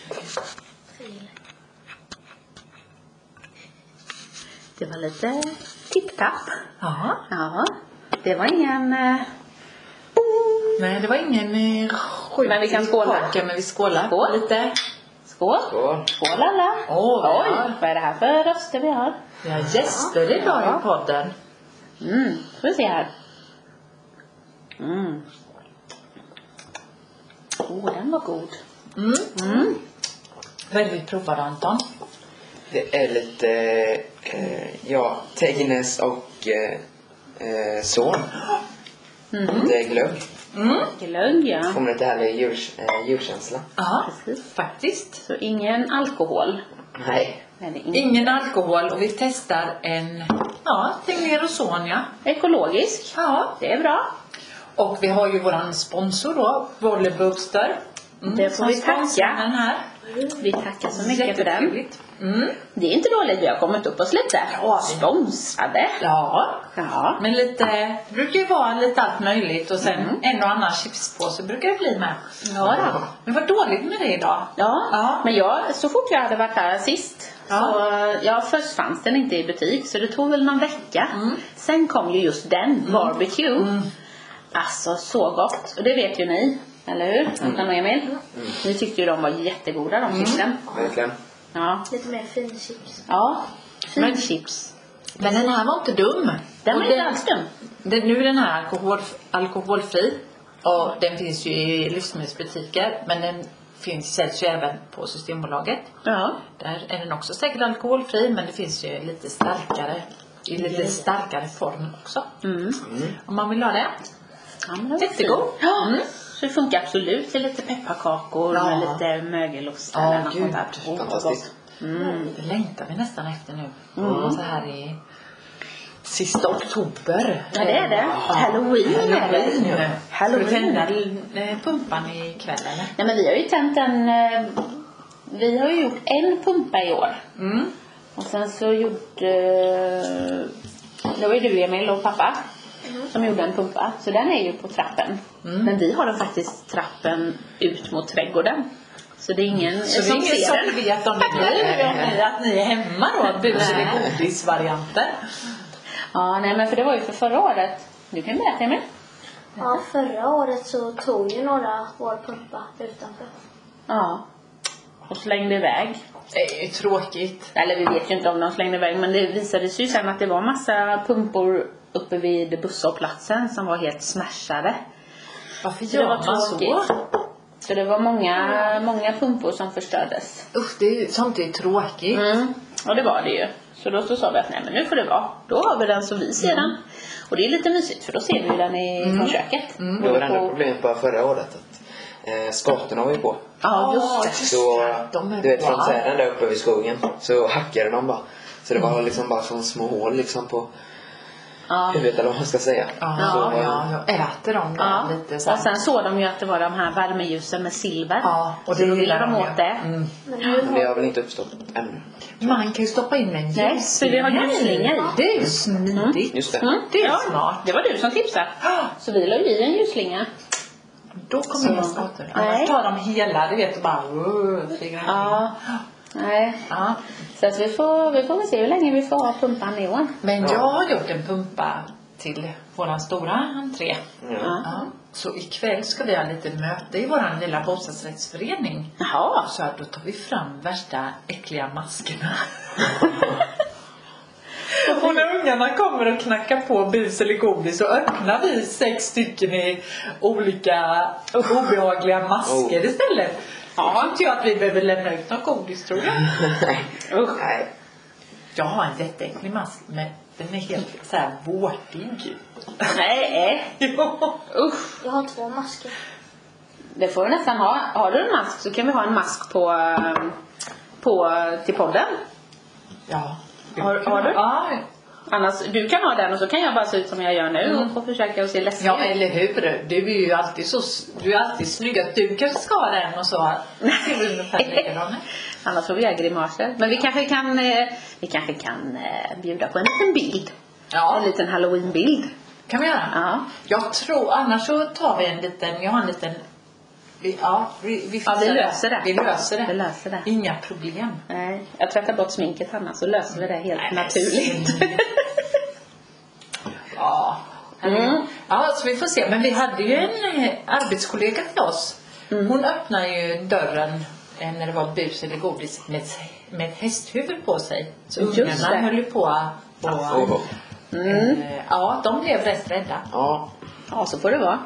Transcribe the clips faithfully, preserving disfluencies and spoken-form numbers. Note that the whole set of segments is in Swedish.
Det var lite tipp-tapp. Ja. Ja. Det var ingen... Eh... Nej, det var ingen eh, sjuk. Men vi kan skåla. Pojke, men vi skålar. Skål. Lite. Skål. Skål. Skål alla. Åh, Oj, ja. vad är det här för röster vi har? Vi har gäster idag Ja. i podden. Mm, får vi se här. Mm. Åh, oh, den var god. Mm. Mm. Vad är det vi provar, Anton? Det är lite, eh, ja, Tegnes och eh, eh, son. Mm. Det är glögg. Mm. Glögg, ja. Får man lite härlig jul, eh, julkänsla. Ja, Precis. faktiskt. Så ingen alkohol. Nej. Nej, det är ingen. Ingen alkohol och vi testar en, ja, Tegner och son, ja. Ekologisk. Ja. Det är bra. Och vi har ju våran sponsor då, Volley Booster. Mm, Det får som vi sponsrar tacka. Den här. Vi tackar så mycket för den. Jättetrevligt. Mm. Det är inte dåligt, vi har kommit upp oss lite. Ja. Sponsrade. Ja, Ja. men lite, det brukar ju vara lite allt möjligt och sen Mm. en och annan chipspåse brukar det bli med. Ja, då. Men vad dåligt med det idag. Ja, Ja. men jag, så fort jag hade varit här sist Ja. så, ja, först fanns den inte i butik så det tog väl någon vecka. Mm. Sen kom ju just den, barbecue. Mm. Alltså så gott, och det vet ju ni, eller hur? Anton och Emil. Mm. Ni tyckte ju de var jättegoda, de chipsen. Verkligen. Ja, Lite mer finchips. ja. Men- Finchips. Men den här var inte dum. Den Och var inte alls dum. den, nu är den här alkohol, alkoholfri. Och den finns ju i livsmedelsbutiker. Men den finns, säljs ju även på Systembolaget. Ja. Där är den också säkert alkoholfri. Men det finns ju lite starkare, i lite starkare form också. Mm. Om man vill ha det. Ja, men det var Jättegod. fint. Ja. Mm. Så det funkar absolut till lite pepparkakor Ja. med lite mögelost Ja, eller något gud. sånt där. Åh, vad Fantastiskt. gott. Mm. Det längtar vi nästan efter nu. Mm. Så här i sista oktober. Ja, det är det. Halloween är det. Halloween. Ska du Halloween. tända eh, pumpan ikväll eller? Nej, men vi har ju tänt en... eh, Vi har ju gjort en pumpa i år. Mm. Och sen så gjorde... Det var ju du, Emil, och pappa som gjorde en pumpa. Så den är ju på trappen. Mm. Men vi har den faktiskt trappen ut mot trädgården. Så det är ingen Så det är som ingen ser som den. vet om det blir om ni, att ni är hemma då. Bus eller godisvarianter. Ja, nej, men för det var ju för förra året. Du kan berätta, Emil. Ja, förra året så tog ju några vår pumpa utanför. Ja. Och slängde iväg. Det är ju tråkigt. Eller vi vet ju inte om de slängde iväg. Men det visade sig ju sen att det var massa pumpor uppe vid busshållplatsen som var helt smashade. Varför Så det gör var man så? tråkigt. Så det var många, många pumpor som förstördes. Usch, det är ju sånt är tråkigt. Mm. Och det var det ju. Så då så sa vi att nej, men nu får det vara. Då har vi den så vi ser den. Och det är lite mysigt för då ser vi ju den i, från köket. Det var det enda problemet på förra året. Att, eh, skatorna var ju på. Ja, just det. Så de är du vet bra. från träden där uppe vid skogen. Så hackade de bara. Så det var liksom bara som små hål liksom på Ja. huvudet eller vad man ska säga. Ja, Så, ja, jag äter dem där Ja. lite så Och här. sen såg de ju att det var de här värmeljusen med silver. Ja, och så det då ville gillar de de, åt ja. det. Mm. Men nu Men det har, har väl inte uppstått ännu. Man kan ju stoppa in en Nej, ljusslinga för vi har ljusslinga i. Det är ju smidigt. Just det. Mm. Det är ja, smart. Det var du som tipsade. Så vi la ju i en ljusslinga. Då kommer inga skator. Nej. Annars tar de hela, du vet, och bara uh, flyger omkring. Ja. Nej. Ja. Så att vi får, vi får väl se hur länge vi får ha pumpan i år. Men jag har gjort en pumpa till våran stora entré. Ja. Ja. Så ikväll ska vi ha lite möte i våran lilla bostadsrättsförening. Jaha. Så att då tar vi fram värsta äckliga maskerna. Och när ungarna kommer och knackar på bus eller godis så öppnar vi sex stycken i olika obehagliga masker istället. Ja, har inte jag att vi behöver lämna ut något godis, tror jag. Usch. Nej. Jag har en jätteäcklig mask, men den är helt så här våtig. Nej. Ja. Usch. jag har två masker. Det får vi nästan ha. Har du en mask så kan vi ha en mask på, ehm, på till podden. Ja. Har- har du? Ja. Annars, du kan ha den och så kan jag bara se ut som jag gör nu och få försöka att se läskig Ja, ut. eller hur? Du är ju alltid så, du är alltid snygg att du kanske ska ha den och så ser du ungefär likadan. Annars får vi göra grimaser. Men vi kanske kan, eh, vi kanske kan eh, bjuda på en liten bild. Ja, En liten Halloween-bild. kan vi göra. Ja. Jag tror, annars så tar vi en liten, jag har en liten vi, ja, vi, vi, Ja, vi löser det. Vi löser det. Vi löser det. Inga problem. Nej, jag tvättar bort sminket, Hanna, så löser vi det helt Nej, naturligt. Ja. Mm. Ja, så vi får se. Men vi hade ju en eh, arbetskollega till oss. Mm. Hon öppnade ju dörren eh, när det var bus eller godis med, med ett hästhuvud på sig. Så ungarna höll ju på och, Oh. Mm. eh, ja, de blev rätt rädda. Ja. Ja, så får det vara.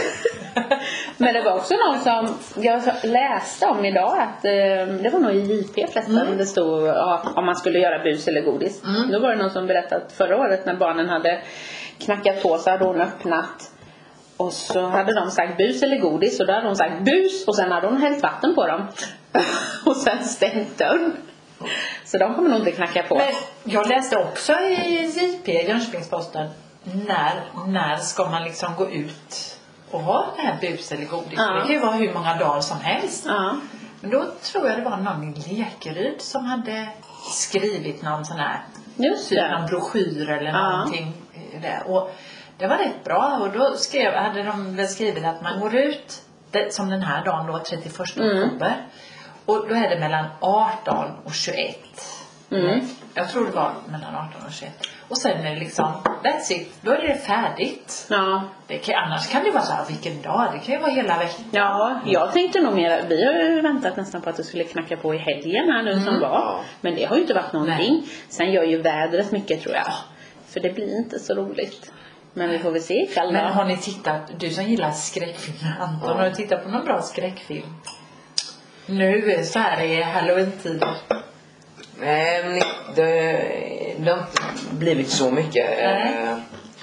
Men det var också någon som jag läste om idag att eh, det var nog i J P förresten mm. det stod ja, om man skulle göra bus eller godis. Mm. Då var det någon som berättade att förra året när barnen hade knackat på så hade hon öppnat och så hade de sagt bus eller godis och då hade hon sagt bus och sen hade hon hällt vatten på dem och sen stängt dörren. Så de kommer nog inte knacka på. Men jag läste också i J P, Jönköpingsposten, när, när ska man liksom gå ut och ha det här bus eller godis? Ja. Det kan ju vara hur många dagar som helst. Ja. Men då tror jag det var någon i Lekeryd som hade skrivit någon sån här Just det. någon broschyr eller ja. någonting där. Och det var rätt bra och då skrev, hade de väl skrivit att man går ut det, som den här dagen då, trettioförsta mm. oktober. Och då är det mellan arton och tjugoett. Mm. Jag tror det var mellan arton och tjugoett. Och sen är det liksom, that's it. Då är det färdigt. Ja. Det kan, annars kan det vara så här, vilken dag? Det kan ju vara hela veckan. Ja, jag tänkte nog mer, vi har ju väntat nästan på att det skulle knacka på i helgen här nu mm. som var. Men det har ju inte varit någonting. Nej. Sen gör ju vädret mycket tror jag. För det blir inte så roligt. Men vi får väl se ikväll. Men har ni tittat, du som gillar skräckfilmer Anton, ja. har du tittat på någon bra skräckfilm? Nu så här är Halloween-tider. Nej, det, det har inte blivit så mycket. Nej.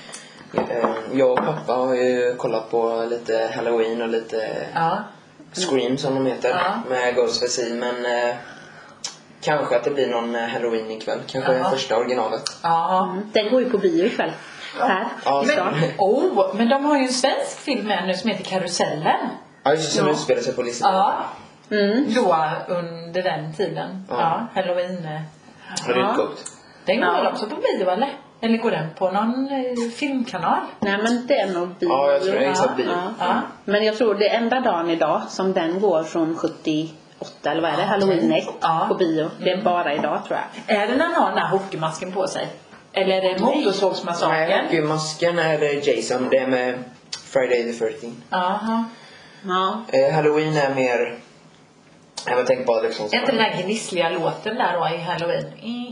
Jag och pappa har ju kollat på lite Halloween och lite ja. Scream som de heter ja. med Ghostface, men eh, kanske att det blir någon Halloween ikväll. Kanske ja. första originalet. Ja, mm. Den går ju på bio ikväll. Ja. Här. Ja. Men, oh, men de har ju en svensk film med nu som heter Karusellen. Ja, just det, som ja. utspelar sig på Liseberg. Ja. Mm. Då under den tiden. Ja, ja Halloween. Ja, det är coolt. Den går ja. också på bio eller? Eller går den på någon eh, filmkanal? Nej, men det är nog bio. Ja, jag tror det är exakt bio. Ja. Ja. Men jag tror det är enda dagen idag som den går från sjuttioåtta eller vad är det? Ja, Halloween ett ja. på bio. Det är bara idag tror jag. Är det när han har den här hockeymasken på sig? Eller är det motorsågsmassaken? Nej, hockeymasken är Jason. Det är med Friday the thirteenth. Aha. Ja. Eh, Halloween är mer... Jag tänker på liksom... Är inte den där gnissliga låten där då i Halloween?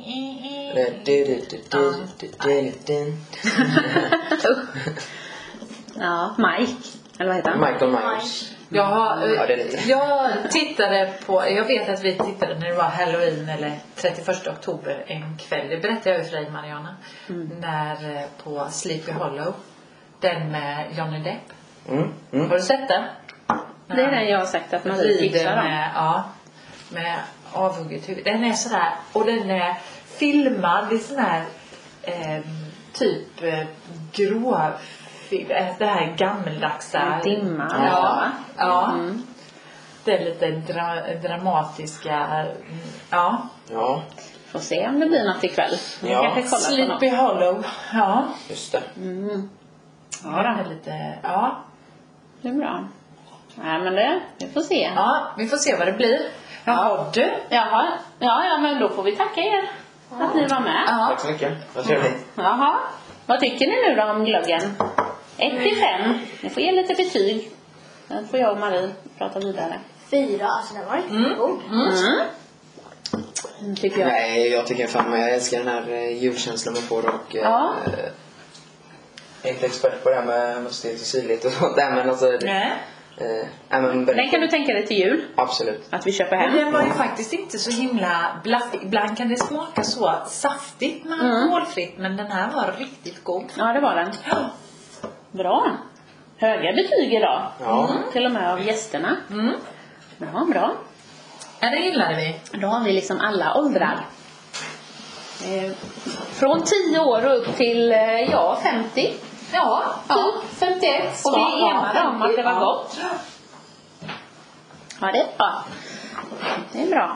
Ja, Mike. Eller vad heter han? Michael Myers. Jag, ja, jag tittade på... Jag vet att vi tittade när det var Halloween eller trettioförsta oktober en kväll. Det berättade jag ju för dig, Mariana. Mm. När på Sleepy Hollow. Den med Johnny Depp. Mm. Mm. Har du sett den? Det är den jag har sagt att man tipsar om. Med, ja, med avhugget huvud. Den är sådär, och den är filmad i sån här eh, typ eh, grå film, det här gammeldaxa dimma. Ja, ja. Mm. Det är lite dra, dramatiska ja. Ja. Får se om det blir något ikväll. Ja. Sleepy Hollow. Ja. Just det. Mm. Ja, det är lite ja. Det är bra. Ja, men det, vi får se. Ja, vi får se vad det blir. Jaha, du? Jaha, ja, ja, men då får vi tacka er ja. att ni var med. Ja. Tack så mycket, vad trevligt. Jaha, vad tycker ni nu då om glöggen? ett till fem. Ni får ge lite betyg. Sen får jag och Marie prata vidare. Fyra, alltså den var riktigt mm. god. Mm. Mm. Tycker jag. Nej, jag tycker fan jag älskar den här julkänslan man får och... Ja. Eh, jag är inte expert på det här med mustighet och syrligt och sånt där, men alltså... Nej. Eh, men den kan du tänka dig till jul? Absolut. Att vi köper hem. Men den var ju faktiskt inte så himla blaffig. Ibland kan det smaka så saftigt med mm. alkoholfritt, men den här var riktigt god. Ja, det var den. Ja. Bra. Höga betyg idag. Ja. Mm. Till och med av gästerna. Mm. Ja, bra. Ja, det gillade vi. Då har vi liksom alla åldrar. Eh, från tio år upp till, eh, ja, femtio. Ja, ja. femtioett. Och vi enade om att det var gott. Ja, det är bra. Det är bra.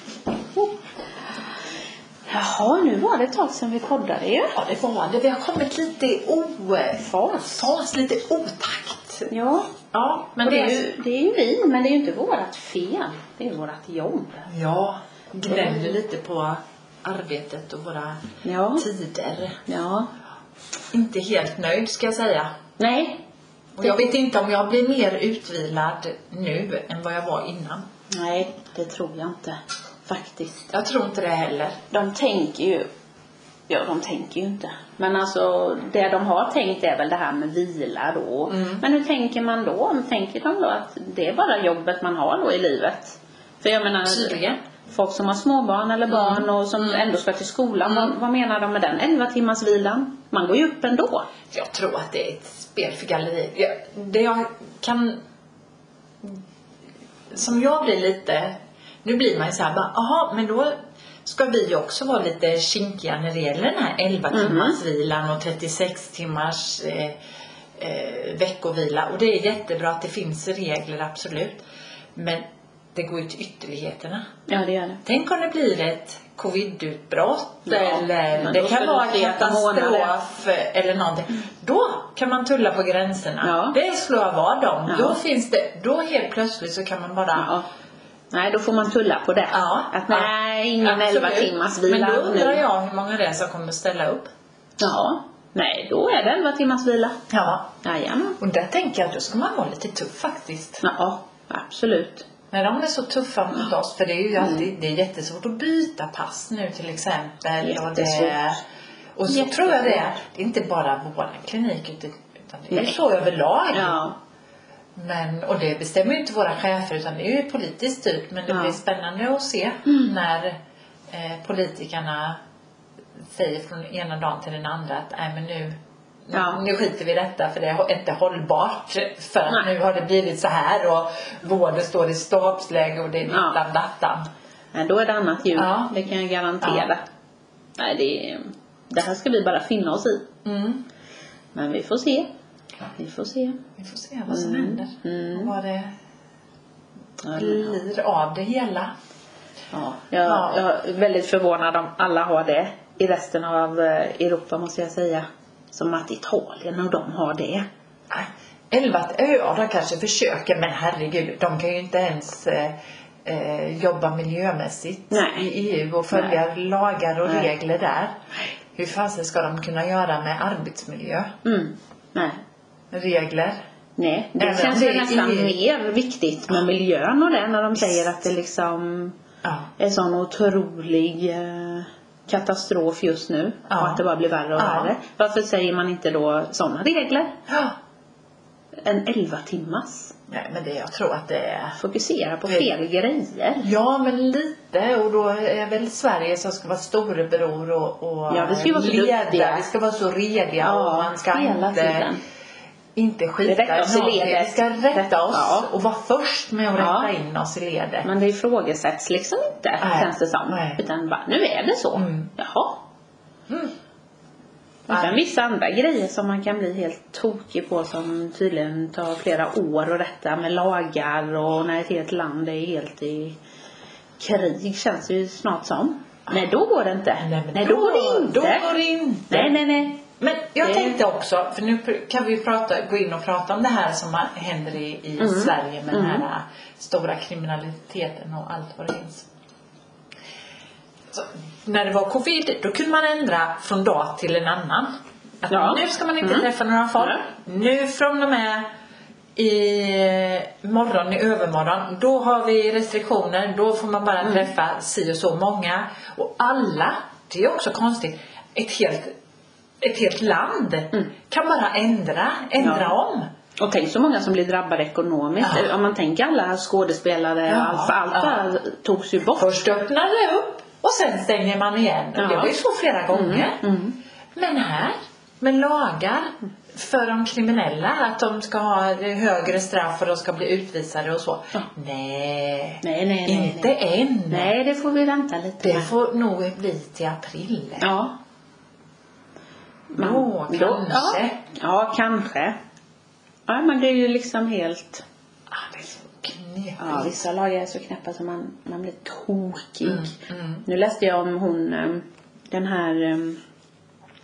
Jaha, nu var det ett tag sedan vi poddade ju. Ja, det var det. Vi har kommit lite i ofas, fas, lite otakt. faktiskt. Ja. Ja, men Och det det, är ju, det är ju vi, men det är ju inte vårat fel. Det är vårat jobb. Ja, gnäller lite på arbetet och våra Ja. tider. Ja. Inte helt nöjd ska jag säga. Nej. Och jag vet inte om jag blir mer utvilad nu än vad jag var innan. Nej, det tror jag inte. Faktiskt. Jag tror inte det heller. De tänker ju. Ja, de tänker ju inte. Men alltså, det de har tänkt är väl det här med vila då. Mm. Men hur tänker man då? Tänker de då att det är bara jobbet man har då i livet? För jag menar, Tydligen. folk som har småbarn eller barn Mm. och som Mm. ändå ska till skolan. Mm. Vad, vad menar de med den? elva timmars vilan? Man går ju upp ändå. Jag tror att det är ett spel för galleri. Jag, det jag kan... Som jag blir lite... Nu blir man ju så här bara, aha, men då ska vi också vara lite kinkiga när det gäller den här elva timmars vilan och trettiosex timmars eh, eh, veckovila. Och det är jättebra att det finns regler, absolut. Men det går ju till ytterligheterna. Ja, det gör det. Tänk om det blir ett covid-utbrott Ja, eller men det då kan skulle vara det en flera månader. katastrof eller någonting. Då kan man tulla på gränserna. Ja. Det slår jag vad om. Ja. Då finns det, då helt plötsligt så kan man bara... Ja. Nej, då får man tulla på det. Ja. Att nej, ingen Absolut. elva timmars vila. Men då undrar nu. jag hur många det är som kommer ställa upp. Ja. Nej, då är det elva timmars vila. Ja. Jajamän. Och där tänker jag att då ska man vara lite tuff faktiskt. Ja, absolut. När de är så tuffa mot oss, för det är ju alltid, det är jättesvårt att byta pass nu till exempel. Och, det, Jättesvårt. och så Jättesvårt. tror jag det är, det är inte bara vår klinik utan det är Nej. så överlag. Ja. Men, och det bestämmer ju inte våra chefer utan det är ju politiskt styrt. Men det Ja. blir spännande att se när eh, politikerna säger från ena dagen till den andra att nej men nu Ja. Nu skiter vi i detta för det är inte hållbart. För att Nej. nu har det blivit så här och vården står i stabsläge och det är dittan Ja. dattan. Nej, då är det annat ljud. Ja. Det kan jag garantera. Ja. Nej, det, det här ska vi bara finna oss i. Mm. Men vi får se. Vi får se. Vi får se vad som Mm. händer. Mm. Och vad det Ja. blir av det hela. Ja, jag, Ja. jag är väldigt förvånad om alla har det i resten av eh, Europa, måste jag säga. Som att Italien och de har det. Nej, elva, ja, de kanske försöker men herregud, de kan ju inte ens eh, eh, jobba miljömässigt Nej. i E U och följa Nej. lagar och Nej. regler där. Hur fasen ska de kunna göra med arbetsmiljö? Mm. Nej. Regler? Nej, det Även känns om ju det är nästan i- mer viktigt med miljön och det när de säger att det liksom Ja. är sån otrolig eh, katastrof just nu. Ja. Och att det bara blir värre och Ja. värre. Varför säger man inte då sådana regler? Ja. En elva timmars. Nej, men det, jag tror att det är... Fokusera på Det- fel grejer. Ja, men lite. Och då är väl Sverige som ska vara storebror och, och Ja, vi ska ju vara så leda. duktiga. Vi ska vara så rediga Ja, och man ska hela inte... tiden. Inte skita Vi rättar oss i någonting. ledet. Vi ska rätta oss Ja. och vara först med att Ja. rätta in oss i ledet. Men det ifrågasätts liksom inte, Nej. känns det som. Nej. Utan bara, nu är det så. Mm. Jaha. Mm. Och sen vissa andra grejer som man kan bli helt tokig på som tydligen tar flera år att rätta med lagar och när ett helt land är helt i krig känns det ju snart som. Nej, då går det inte. Nej, men nej då, går det inte. Då går det inte. Nej, nej, nej. Men jag Det- tänkte också, för nu kan vi prata, gå in och prata om det här som händer i, i Mm. Sverige med Mm. den här stora kriminaliteten och allt vad det finns. Så, när det var covid, då kunde man ändra från dag till en annan. Att Ja. Nu ska man inte Mm. träffa några folk. Nej. Nu från och med i morgon, i övermorgon, då har vi restriktioner. Då får man bara Mm. träffa si och så många. Och alla, det är också konstigt, ett helt, ett helt land Mm. kan bara ändra, ändra Ja. om. Och tänk så många som blir drabbade ekonomiskt. Ja. Om man tänker alla skådespelare, Ja. allt, för allt Ja. där togs ju bort. Först öppnar det upp och sen stänger man igen. Ja. Det var ju så flera gånger. Mm. Mm. Men här, med lagar för de kriminella, att de ska ha högre straff och de ska bli utvisade och så. Ja. Nej, Nej, nej, nej, inte än. Nej, det får vi vänta lite Det med. får nog bli till april. Ja. Då, kanske. Ja, ja, kanske. Ja, men det är ju liksom helt... Ah, det är så knepigt. Ja, vissa lagar är så knäppa så man, man blir tokig. Mm, mm. Nu läste jag om hon, eh, den här eh,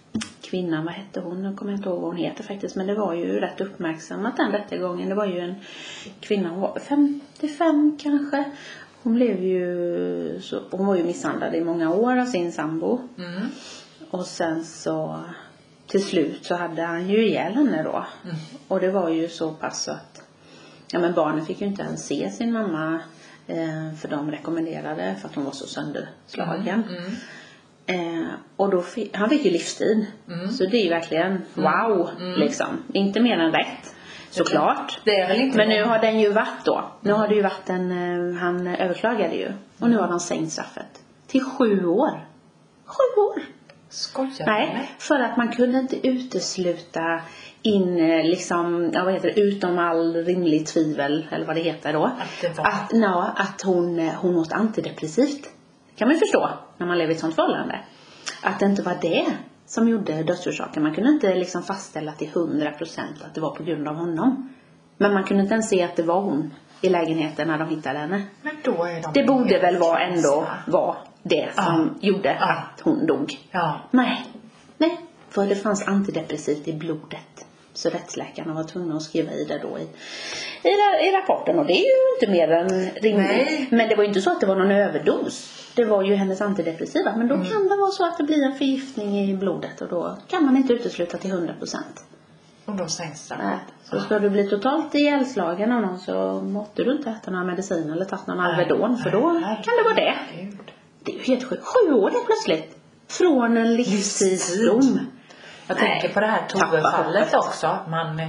kvinnan, vad hette hon? Jag kommer inte ihåg vad hon heter faktiskt. Men det var ju rätt uppmärksammat den rättegången. Det var ju en kvinna, hon var femtiofem kanske. Hon blev ju, så, hon var ju misshandlad i många år av sin sambo. Mm. Och sen så till slut så hade han ju ihjäl henne då. Mm. Och det var ju så pass att ja, men barnen fick ju inte ens se sin mamma. Eh, för de rekommenderade för att hon var så sönderslagen. Mm. Mm. Eh, och då fick, han fick ju livstid. Mm. Så det är ju verkligen wow mm. liksom. Inte mer än rätt. Såklart. Det är väl inte men nu har den ju varit då. Nu har det ju varit en, han överklagade ju. Och nu har han sänkt straffet. Till sju år. Sju år. Skojar. Nej, för att man kunde inte utesluta in liksom, ja vad heter det, utom all rimlig tvivel eller vad det heter då. Att det var. Att, ja, att hon, hon åt antidepressivt. Kan man ju förstå när man lever i ett sånt förhållande. Att det inte var det som gjorde dödsorsaken. Man kunde inte liksom fastställa till hundra procent att det var på grund av honom. Men man kunde inte ens se att det var hon i lägenheten när de hittade henne. Men då är de det borde väl vara ändå vara det som ja. gjorde ja. att hon dog. Ja. Nej, nej. För det fanns antidepressivt i blodet. Så rättsläkarna var tvungna att skriva i det då i, i, i rapporten. Och det är ju inte mer än rimligt. Men det var ju inte så att det var någon överdos. Det var ju hennes antidepressiva. Men då mm. kan det vara så att det blir en förgiftning i blodet. Och då kan man inte utesluta till hundra procent. Och då sänks det. Nej. Så ska du bli totalt ihjälslagen av någon så måste du inte äta några mediciner eller ta någon Alvedon. För då kan det vara det. Det är ju helt sjukt. Sju år det plötsligt. Från en livstidsdom. Jag tänker på det här Tove-fallet också. Man,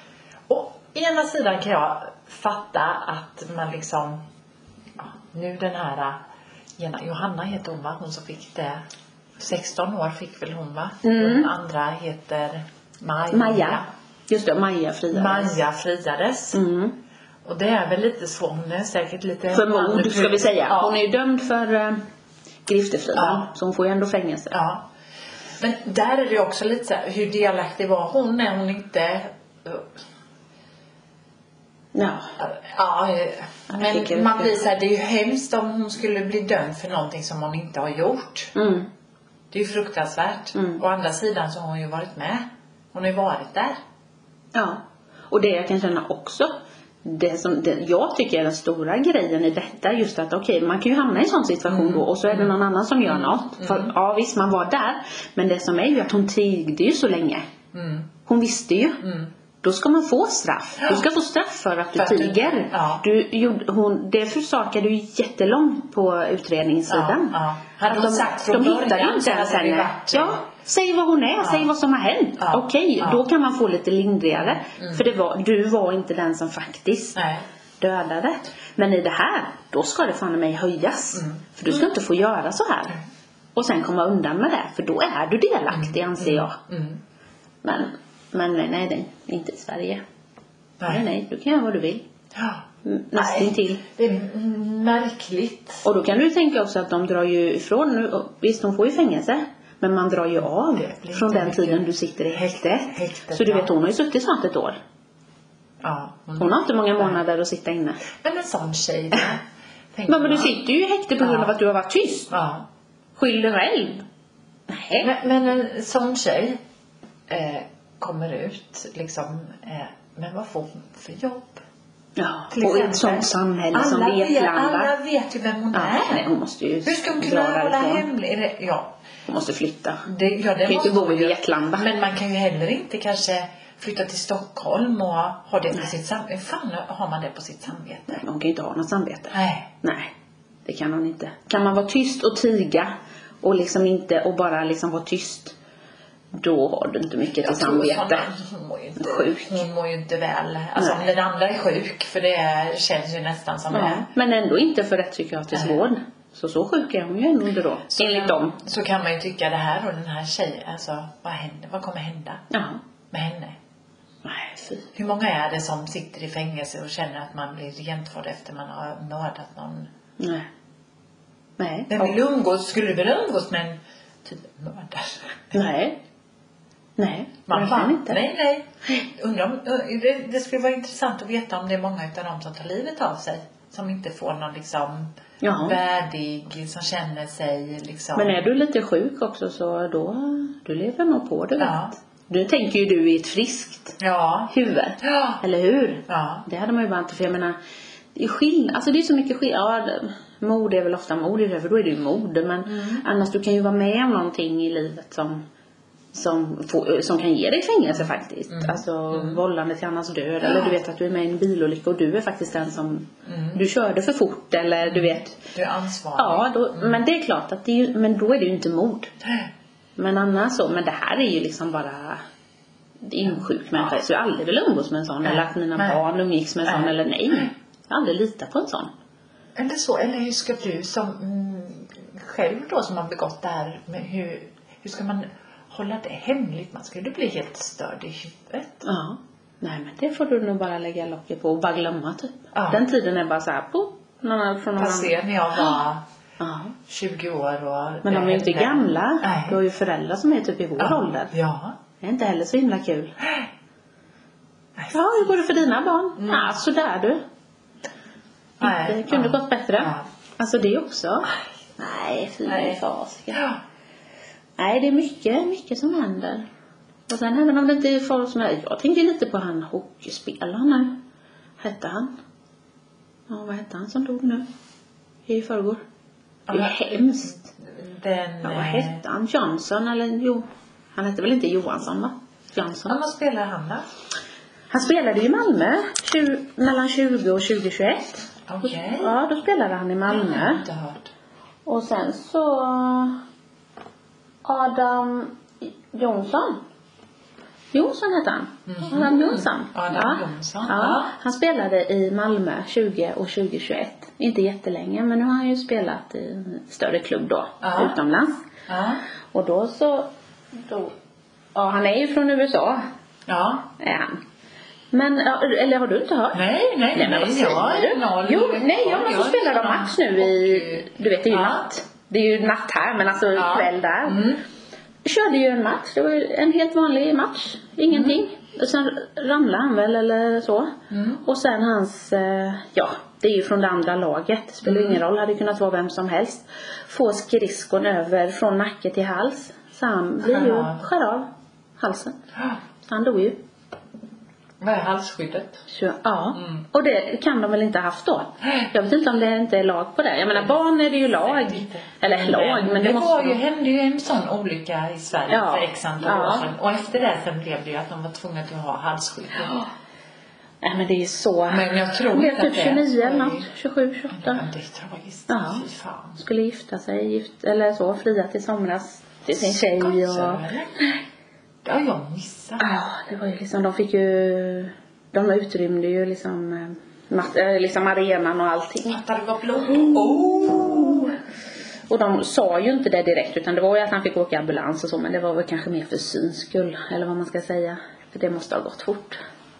och ena sidan kan jag fatta att man liksom, ja, nu den här Johanna heter hon va? Hon som fick det, sexton år fick väl hon va? Mm. Den andra heter Maja. Maja. Just det, Maja friades. Maja friades. Mm. Och det är väl lite så, hon är säkert lite... För mord ska vi säga. Ja. Hon är ju dömd för uh, griftefriden. Ja. Så hon får ju ändå fängelse. Ja. Men där är det också lite så här, hur delaktig var hon när hon inte... Ja. Ja, men man blir så här, det är ju hemskt om hon skulle bli dömd för någonting som hon inte har gjort. Mm. Det är ju fruktansvärt. Mm. Å andra sidan så har hon ju varit med. Hon har ju varit där. Ja, och det jag kan känna också, det som det, jag tycker är den stora grejen i detta, just att okej, okay, man kan ju hamna i en sån situation mm. då och så är det någon annan som gör något. Mm. För, ja visst, man var där, men det som är ju att hon tigde ju så länge. Mm. Hon visste ju. Mm. Då ska man få straff. Du ska få straff för att du för tiger. Du, ja. du, hon, det försakade ju jättelångt på utredningssidan. Ja, ja. Hade hon de, sagt från de hittade ju inte ens henne. Varit... Ja, säg vad hon är. Ja. Säg vad som har hänt. Ja. Okej, okay, ja. Då kan man få lite lindrigare. Mm. För det var, du var inte den som faktiskt Nej. dödade. Men i det här, då ska det fan mig höjas. Mm. För du ska inte få göra så här. Mm. Och sen komma undan med det. För då är du delaktig, mm. anser jag. Mm. Men... Men nej, nej, nej, inte i Sverige. Nej, nej, nej du kan göra vad du vill. Ja. Nästan till. Det är märkligt. Och då kan du tänka också att de drar ju ifrån nu. Visst, de får ju fängelse. Men man drar ju av från den mycket. tiden du sitter i häktet. häktet Så du vet, hon har ju suttit snart ett år. Ja. Hon, hon har inte många månader att sitta inne. Men en sån tjej. men, men du sitter ju i häktet på grund av ja. att du har varit tyst. Ja. Skyll dig själv. Nej. Men, men en sån tjej... Eh, kommer ut liksom, eh, men vad får hon för jobb? Ja, och i ett sånt samhälle alla som Vetlanda. Alla vet ju vem hon ja, är. Nej, hon måste ju Hur ska hon kunna hålla hemlig? Ja. Hon måste flytta. Det, ja, det kan inte bo i Vetlanda. Men man kan ju heller inte kanske flytta till Stockholm och ha det på nej. sitt samvete. Fan har man det på sitt samvete? Nej, hon kan ju inte ha något samvete. Nej. Nej, det kan hon inte. Kan man vara tyst och tiga och liksom inte, och bara liksom vara tyst, då har du inte mycket till samvete. Hon mår ju inte, sjuk. Hon mår ju inte väl. Alltså om den andra är sjuk. För det är, känns ju nästan som ja. det. Men ändå inte för rättspsykiatrisk vård. Så så sjuk är hon ju ändå då. Så enligt kan, dem. Så kan man ju tycka det här och den här tjejen. Alltså vad händer? Vad kommer hända ja. med henne? Nej, fy. Hur många är det som sitter i fängelse och känner att man blir gentvård efter man har mördat någon? Nej. Nej. Men vill umgås, skulle du vilja umgås med en typ mördare? Nej. Nej, man fan inte. Nej, nej. Undrar om, det, det skulle vara intressant att veta om det är många av dem som tar livet av sig som inte får någon liksom Jaha. värdig, som känner sig liksom. Men är du lite sjuk också så då du lever nog på det. Ja. Du tänker ju du i ett friskt Ja. huvud. Ja. Eller hur? Ja. Det hade man ju bara inte, för jag menar, det är skillnad, alltså det är så mycket skillnad. Ja, mod är väl ofta mod i det, för då är det ju mod. Men mm. annars du kan ju vara med om någonting i livet som som, får, som kan ge dig fängelse faktiskt. Mm. Alltså mm. vållande till annans död. Ja. Eller du vet att du är med i en bilolycka och du är faktiskt den som mm. du körde för fort. Eller du vet. Du är ansvarig. Ja, då, mm. men det är klart att det är ju, men då är det ju inte mod. Men annars så, men det här är ju liksom bara, det är ju en sjuk människa. Så jag aldrig vill umgås med en sån. Nej. Eller att mina nej. barn umgicks med en sån. Nej. Eller nej. Jag har aldrig litat på en sån. Eller så, eller hur ska du som mm, själv då som har begått det här, med hur, hur ska man hålla det hemligt? Man skulle bli helt störd i huvudet. Ja. Nej, men det får du nog bara lägga locket på och bara glömma typ. Ja. Den tiden är bara så här på någon från någon Passer när jag var ja. tjugo år och men de är ju inte gamla. Nej. Du har ju föräldrar som är typ i vår ja. ålder. Ja. Det är inte heller så himla kul. Nej. Ja, hur går det för dina barn? Mm. Ja, så där du. Nej. Det kunde ja. gått bättre. Ja. Alltså det också. Nej, fy nej. Fasiken. Ja. Nej, det är mycket, mycket som händer. Och sen även om det inte är folk som är, jag tänker lite på han hockeyspelaren nu. Hette han? Ja, vad hette han som dog nu? I förrgår. Det är ju hemskt. Den, ja, vad hette han? Johnson eller jo. Han hette väl inte Johansson va? Johnson. Ja, vad spelar han då? Han spelade i Malmö tjugo, mellan tjugo och tjugo tjugoett. Okej. Okay. Ja, då spelade han i Malmö. Jag har inte hört. Och sen så Adam Jonsson. Jonsson hette han. Mm-hmm. Adam Jonsson. Adam ja. Jonsson. Ja. Ja. Han spelade i Malmö tjugo och tjugo tjugoett. Inte jättelänge, men nu har han ju spelat i en större klubb då. Ja. Utomlands. Ja. Och då så då, ja, han är ju från U S A. Ja. Är han. Men, eller har du inte hört? Nej, nej, nej. nej jag är noll. Jo, nej, ja, men så spelar de match nu i, du vet, det är ju ja. natt. Det är ju natt här, men alltså ja. kväll där. Mm. Körde ju en match, det var en helt vanlig match. Ingenting. Mm. Och sen ramlade han väl eller så. Mm. Och sen hans, ja, det är ju från det andra laget. Det spelar mm. ingen roll, hade kunnat vara vem som helst. Få skridskon över från nacke till hals. Så han blir ju skär av halsen. Så han dog ju. Vad är halsskyddet? Så, ja, mm. och det kan de väl inte ha haft då. Jag vet inte om det inte är lag på det. Jag menar, barn är det ju lag. Eller men, lag, men det, det måste var ju, hände ju en sån olycka i Sverige ja. för x antal ja. år sedan. Och efter det sen blev det ju att de var tvungna att ha halsskydd. Ja. Nej, men det är så. Men jag tror inte att det är tjugonio eller något. tjugosju, tjugoåtta. Men det är tragiskt. Ja. Fy fan. Skulle gifta sig, gift, eller så, fria till somras. Till sin tjej och... Ja, jag missade. Ja, det var ju liksom, de fick ju, de utrymde ju liksom, liksom arenan och allting. Fattar det var blod. Oh. Och de sa ju inte det direkt, utan det var ju att han fick åka ambulans och så, men det var väl kanske mer för syns skull, eller vad man ska säga. För det måste ha gått fort.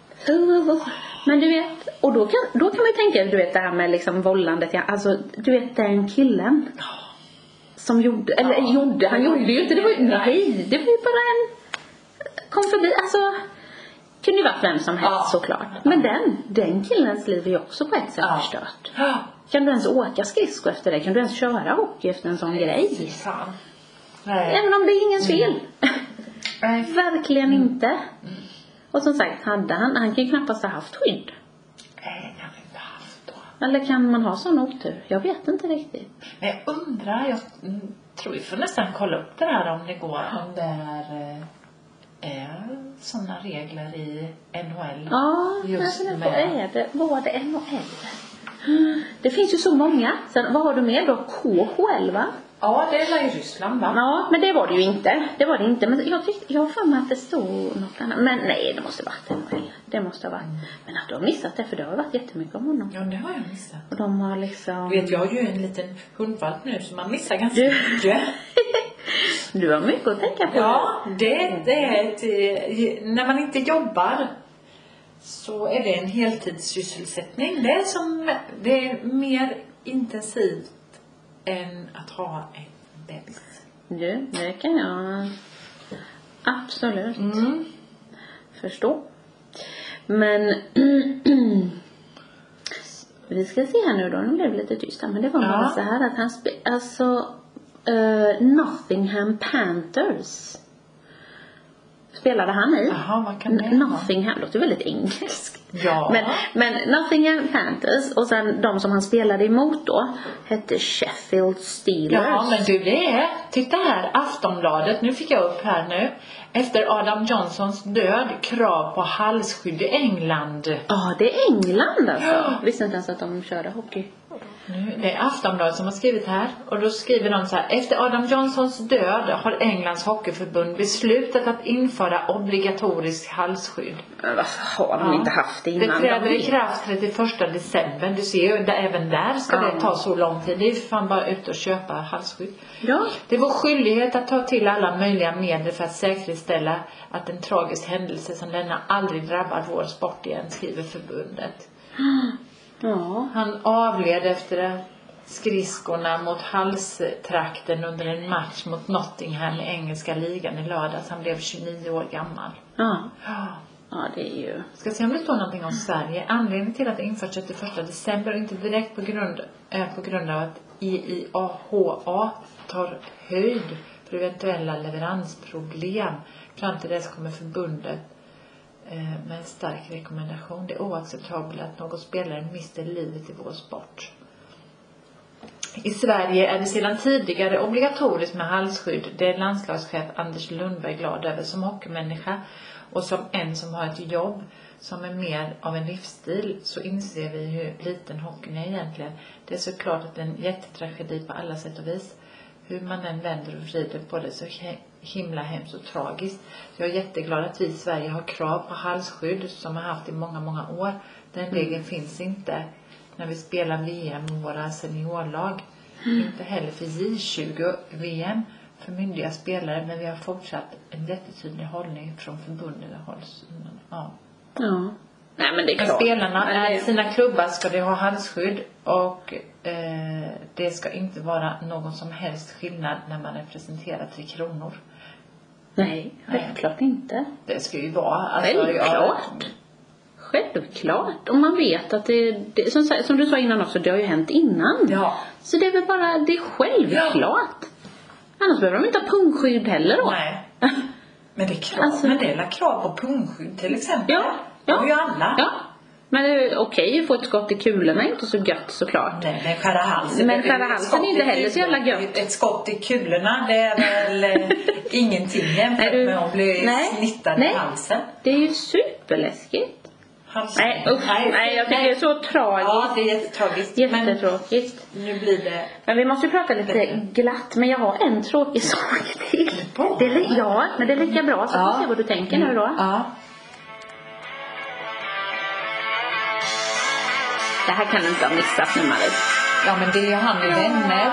Men du vet, och då kan, då kan man ju tänka, du vet, det här med liksom vållandet, alltså, du vet, den killen som gjorde, eller ja, gjorde, han gjorde ju inte, det var ju, nej, det var ju bara en kom förbi, alltså kunde ju varit vem som helst ja. såklart. Men den, den killens liv är ju också på ett sätt ja. förstört. Ja. Kan du ens åka skridsko efter det? Kan du ens köra hockey efter en sån nej, grej? Fan. Nej. Även om det är ingens fel. Mm. Verkligen mm. inte. Mm. Och som sagt, hade han, han kan ju knappast ha haft skydd. Nej, han inte haft då. Eller kan man ha sån otur? Jag vet inte riktigt. Men jag undrar, jag tror vi får nästan kolla upp det här om det går, om det är... är sådana regler i N H L. Ja, just med... vad är det? Vad är det N H L? Mm. Det finns ju så många. Sen, vad har du med då? K H L va? Ja, det var i Ryssland va? Ja, men det var det ju inte. Det var det inte. Men jag tyckte, jag har för mig att det stod något annat. Men nej, det måste ha varit N H L. Det måste ha varit. Mm. Men att du har missat det, för det har varit jättemycket om honom. Ja, det har jag missat. Och de har liksom... Vet, jag har ju en liten hundvalp nu som man missar ganska du... mycket. Du har mycket att tänka på. Ja, det, det är ett, när man inte jobbar så är det en heltidssysselsättning. Det är, som, det är mer intensivt än att ha en bebis. Du, det kan jag absolut mm. förstå. Men Vi ska se här nu då, nu blev det lite tyst här, men det var Ja. bara så här att han spe- alltså uh, Nottingham Panthers spelade han i. Jaha, vad kan det N- vara? Nottingham låter väldigt engelskt. Ja. Men, men Nottingham Panthers och sen de som han spelade emot då hette Sheffield Steelers. Ja, men du det är, titta här, Aftonbladet, nu fick jag upp här nu. Efter Adam Johnsons död, krav på halsskydd i England. Ja, det är England alltså. Ja. Visste inte ens att de körde hockey. Nu, det är Aftonbladet som har skrivit här. Och då skriver de så här: efter Adam Johnsons död har Englands hockeyförbund beslutat att införa obligatoriskt halsskydd. Men varför har de Ja. inte haft det Det innan? träder De i vet. kraft trettioförsta december. Du ser ju, där, även där ska Ja. det ta så lång tid. Det är för fan bara ut och köpa halsskydd. Ja. Det är vår skyldighet att ta till alla möjliga medel för att säkerställa att en tragisk händelse som denna aldrig drabbar vår sport igen, skriver förbundet. Ja. Han avled efter skridskorna mot halstrakten under en match mot Nottingham i engelska ligan i lördags. Han blev tjugonio år gammal. Ja. Ja, det är ju... Ska se om det står någonting om Sverige. Anledningen till att det införs trettioförsta december och inte direkt på grund, är på grund av att I I A H A tar höjd för eventuella leveransproblem. Fram till dess kommer förbundet eh, med en stark rekommendation. Det är oacceptabelt att någon spelare mister livet i vår sport. I Sverige är det sedan tidigare obligatoriskt med halsskydd. Det är landslagschef Anders Lundberg glad över som hockeymänniska. Och som en som har ett jobb som är mer av en livsstil så inser vi hur liten hockeyn är egentligen. Det är såklart att det är en jättetragedi på alla sätt och vis. Hur man än vänder och vrider på det så himla hemskt och tragiskt. Jag är jätteglad att vi i Sverige har krav på halsskydd som har haft i många, många år. Den regeln finns inte när vi spelar V M med våra seniorlag. Mm. Inte heller för J tjugo V M för myndiga spelare, men vi har fortsatt en jättetydlig hållning från förbundet och hålls. Ja. Ja. Nej, men det är Men klart. spelarna, Men det- i sina klubbar ska de ha halsskydd och eh, det ska inte vara någon som helst skillnad när man representerar Tre Kronor. Nej, självklart inte. Det ska ju vara. Alltså, Självklart. Självklart. Och man vet att det, det som, som du sa innan också, det har ju hänt innan. Ja. Så det är väl bara, det är självklart. Annars behöver de inte ha pungskydd heller då. Nej. Men det är krav, Alltså- men det är krav på pungskydd till exempel. Ja, Det ja. har ju alla. Ja. Men det är okej att få ett skott i kulorna är inte så gött såklart. Nej, men skära halsen. Men skära Ett halsen skott är inte i heller så jävla kulorna- gött. Ett skott i kulorna, det är väl eh, ingenting jämfört Nej, du- med att bli nej. snittad i Nej. halsen. Det är ju superläskigt. Halsen. Nej, usch, nej, jag tycker det är så tragiskt. Ja, det är jättetragiskt. Jättetråkigt. Men nu blir det... Men vi måste ju prata lite glatt. Men jag har en tråkig sak till. Det är, li- ja, men det är lika bra. Så Ja. får vi se vad du tänker nu då. Ja. Det här kan du inte ha missat nu, Marie. Ja, men det är ju han i Vänner.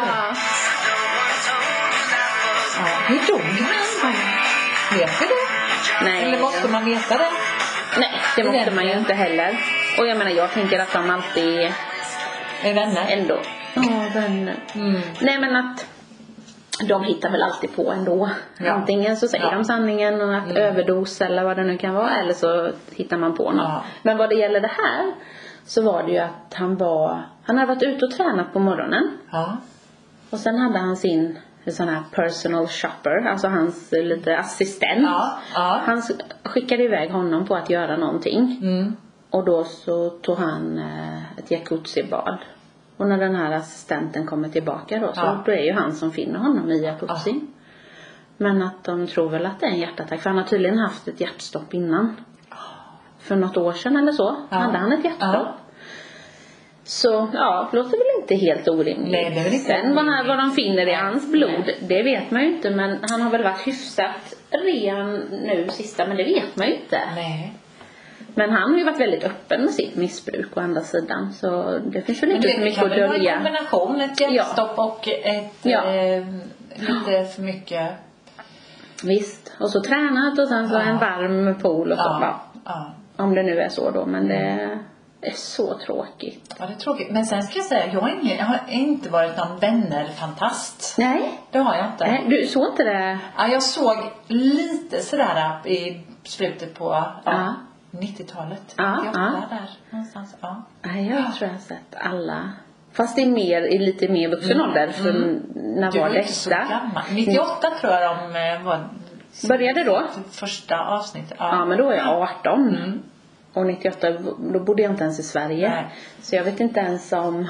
Ja. Hur dog han? Vet du det? Nej. Eller måste man veta det? Nej, det måste man ju Egentligen. inte heller. Och jag menar, jag tänker att de alltid Är Vänner? ändå... Ja, vänner. Mm. Nej, men att de hittar väl alltid på ändå. Ja. Antingen så säger Ja. de sanningen och att Mm. överdos eller vad det nu kan vara. Eller så hittar man på något. Ja. Men vad det gäller det här så var det ju att han var... Han hade varit ute och tränat på morgonen. Ja. Och sen hade han sin sån här personal shopper. Alltså hans eh, lite assistent. Ja. Ja. Han s- skickade iväg honom på att göra någonting. Mm. Och då så tog han eh, ett jacuzzi-bad. Och när den här assistenten kommer tillbaka då, så Ja. då är ju han som finner honom i jacuzzi. Men att de tror väl att det är en hjärtattack. För han har tydligen haft ett hjärtstopp innan. För något år sedan eller så Ja. hade han ett hjärtstopp. Ja. Så ja, det låter väl inte helt orimligt. Nej, det är väl inte Sen vad, han, orimligt. vad de finner i hans blod, det vet man ju inte. Men han har väl varit hyfsat ren nu sista, men det vet man ju inte. Nej. Men han har ju varit väldigt öppen med sitt missbruk å andra sidan. Så det finns väl Men inte det så mycket kan att väl vara en dölja. kombination, ett hjärtstopp och ett Ja. eh, lite för mycket. Visst. Och så tränat och sen så Ja. en varm pool och så. Ja. Ja. Ja. Om det nu är så då. Men det är så tråkigt. Ja, det är tråkigt. Men sen ska jag säga, jag, är ingen, jag har inte varit någon vänner-fantast. Nej. Det har jag inte. Nej, du såg inte det? Ja, jag såg lite sådär i slutet på ja, Ja. nittiotalet. Ja, nittioåtta ja. där någonstans. Ja. Nej, jag tror jag har sett alla. Fast det är mer, i lite mer vuxen Mm. ålder. För Mm. när Du var var inte så detta? gammal. nittioåtta tror jag de eh, var. Började då? Första avsnittet. Ja, Ja, men då är jag arton. Mm. Och nittioåtta, då bodde jag inte ens i Sverige. Nej. Så jag vet inte ens om...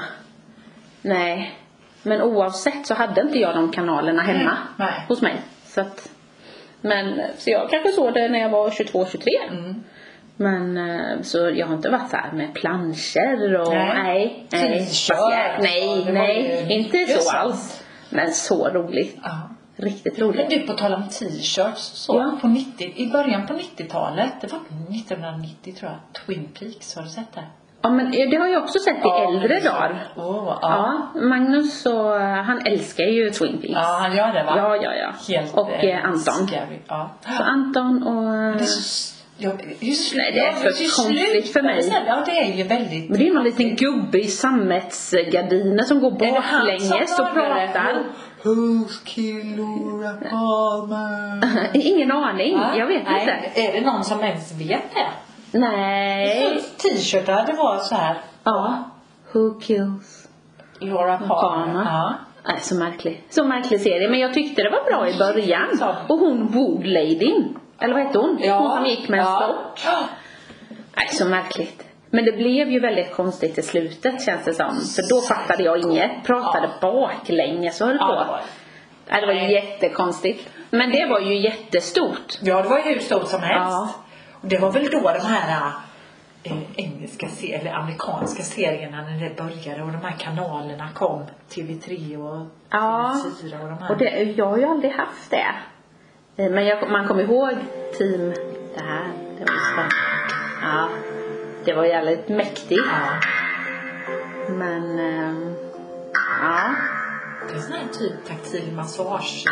Nej. Men oavsett så hade inte jag de kanalerna hemma Nej. hos mig. Så att... Men, så jag kanske såg det när jag var tjugotvå tjugotre. Mm. Men eh, så jag har inte varit så här med planscher och Nej. nej, nej, T-shirt. Fast jag- nej, Det var nej, ju- inte det är så sant. alls. Men så roligt, Ja. riktigt Men roligt. du, på tal om t-shirts så Ja. på nittio, i början på nittiotalet, det var nittonhundranittio tror jag, Twin Peaks, har du sett det? Ja, men det har jag också sett i Ja, äldre men så- dagar. Åh, ja. Ja, Magnus och han älskar ju Twin Peaks. Ja, han gör det va? Ja, ja, ja. Helt, och eh, eh, Anton. scary. Ja. Så Anton och... Det är så, ja, hur sl- Nej, det är ja, för hur konstigt slutar för mig. det sen? Ja, det är ju väldigt... Men det är ju någon liten gubbe i sammetsgardiner som går Är det han baklänges som och pratar det? pratar. Who's kill Laura Palmer? Ingen aning, Va? jag vet Nej, inte. är det någon som ens vet det? Nej. T-shirtar, det var så här. Ja. Who kills? Laura Palmer. Palmer. Ja. Nej, så märklig. Så märklig serie. Men jag tyckte det var bra i början. Och hon Wood Ladyn. Eller vad hette hon? Ja. Hon som gick med en Ja. stock. Nej, så märkligt. Men det blev ju väldigt konstigt i slutet, känns det som. För då fattade jag inget. Pratade baklänges och höll Ja, på. det var det. Nej, det var Nej. jättekonstigt. Men det var ju jättestort. Ja, det var ju hur stort som helst. Ja. Och det var väl då de här eh, engelska se- eller amerikanska serierna när det började och de här kanalerna kom. T V tre och Ja. T V fyra och de här. Och det, jag har ju aldrig haft det. Eh, Men jag, man kommer ihåg team det här. Det var just det. Ja. Det var jävligt mäktigt. Ja. Men ehm, ja. Det är sån här typ taktil massage.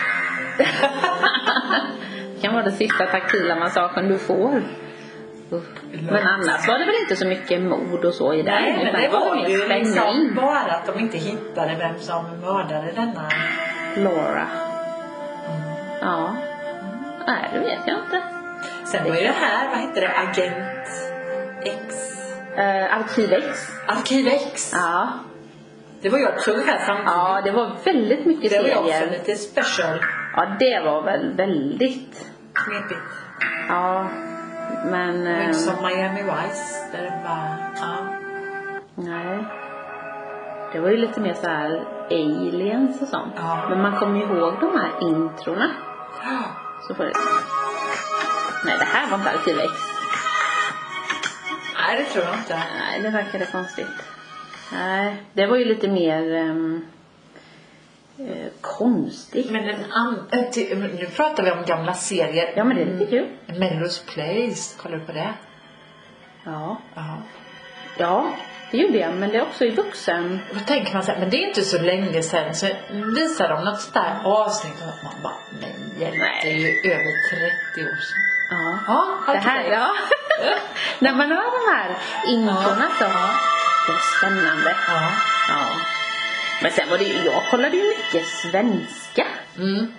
Det kan vara den sista taktila massagen du får. Usch. Men annars var det väl inte så mycket mod och så i den. Nej, men utan det var mer ju spänning. liksom bara att de inte hittade vem som mördade denna. Laura. Ja. Nej, det vet jag inte. Sen var ju det här, vad heter det, Agent X. Uh, Arkiv X. Arkiv X. Ja. Det var ju också ungefär samtidigt. Ja, det var väldigt mycket Det var ju serier. också lite special. Ja, det var väl väldigt. Knepigt. Ja. Men... Det var ehm, inte som Miami Vice. Där det bara, ja. Nej. Det var ju lite mer så här aliens och sånt. Ja. Men man kommer ju ihåg de här introna. Så får det... Nej, det här var inte Arkiv X. Nej, det tror jag inte. Nej, det verkade konstigt. Nej, det var ju lite mer um, eh, konstigt. Men en an- äh, ty- nu pratar vi om gamla serier. Ja, men det är lite kul. Melrose Place, kollar du på det? Ja. Ja. Ja, det gjorde jag. Men det är också i vuxen. Då tänker man så här, men det är inte så länge sedan så visar de något där avsnitt och man bara, men hjälp, det är ju över trettio år sedan. Ja. Ja, Det här, ja. När man hör de här introna så. Det är spännande. Ja. Ja. Men sen var det ju, jag kollade ju mycket svenska Mm.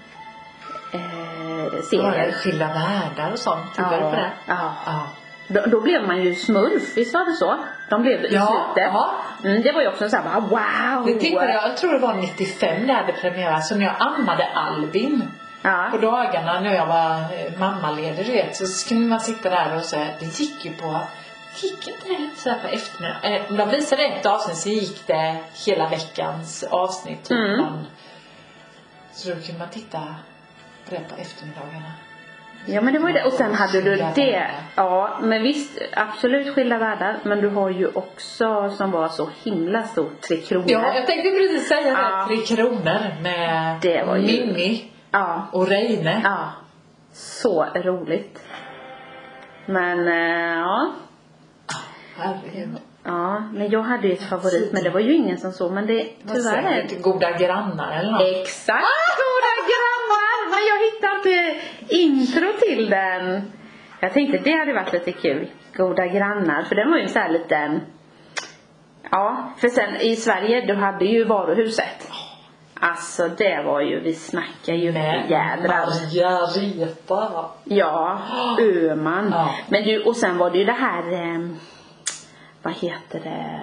eh, Då var det serier. Skilda världar och sånt. Tittade du på det? Ja. Ja. Då, då blev man ju smurf, visst var det så? De blev i Ja, slutet. ja. Mm, det var ju också så här, wow. Det tittade jag, jag tror det var nittiofem det hade premiär. Så när jag ammade Albin Ja. på dagarna när jag var eh, mammaledig, du vet, så kunde man sitta där och säga, det gick ju på, gick inte det så här på eftermiddagen? Eh, de visade ett avsnitt så gick det hela veckans avsnitt. Typ Mm. man, så då kunde man titta på det på eftermiddagarna. Ja, men det var ju det. Och sen hade du Skilda det. världar. Ja, men visst, absolut skilda världar. Men du har ju också, som var så himla stort, Tre Kronor. Ja, jag tänkte precis säga Ja. det. Tre Kronor med Det var ju- Mimmi Ja. och Reine. Ja. Så roligt. Men, eh, ja. Herregud. Ja, men jag hade ju ett favorit. Men det var ju ingen som så. Men det, Vad tyvärr är säger du? Goda grannar eller något? Exakt, goda grannar. Men jag hittade inte intro till den. Jag tänkte det hade varit lite kul. Goda grannar. För den var ju så här liten. Ja, för sen i Sverige du hade ju varuhuset. Alltså det var ju, vi snackar ju jädrar. Margareta. Ja, Öman. Ja. Men du, och sen var det ju det här, eh, vad heter det?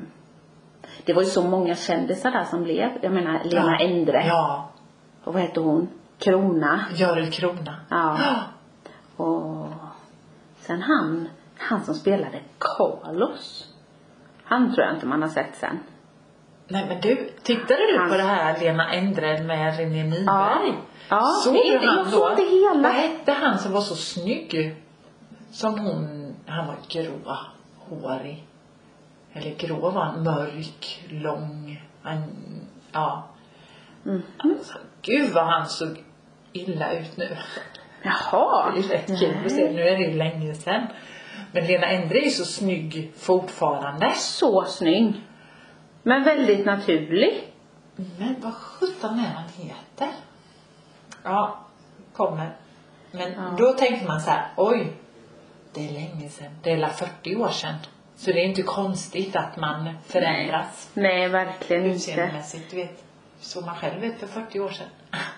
Det var ju så många kändisar där som blev. Jag menar Lena Ja. Endre. Ja. Och vad heter hon? Krona. Görel Krona. Ja. Och sen han, han som spelade Carlos. Han tror jag inte man har sett sen. Nej men du, tittade du Han- på det här Lena Endre med René Nyberg? Ja, Såg det- du han jag då? såg inte hela. Vad hette han som var så snygg? Som hon, han var grå, hårig. Eller grå var han, mörk, lång. Han, ja. Mm. Alltså, gud vad han såg illa ut nu. Jaha. Det är rätt kul att se, nu är det ju länge sedan. Men Lena Endre är ju så snygg fortfarande. Så snygg. Men väldigt naturlig. Men vad sjutton är han heter? Ja, kommer. Men Ja. då tänker man så här, oj, det är länge sedan. Det är la fyrtio år sedan. Så det är inte konstigt att man förändras Nej, verkligen inte. utseendemässigt. Du vet, så man själv vet för fyrtio år sedan.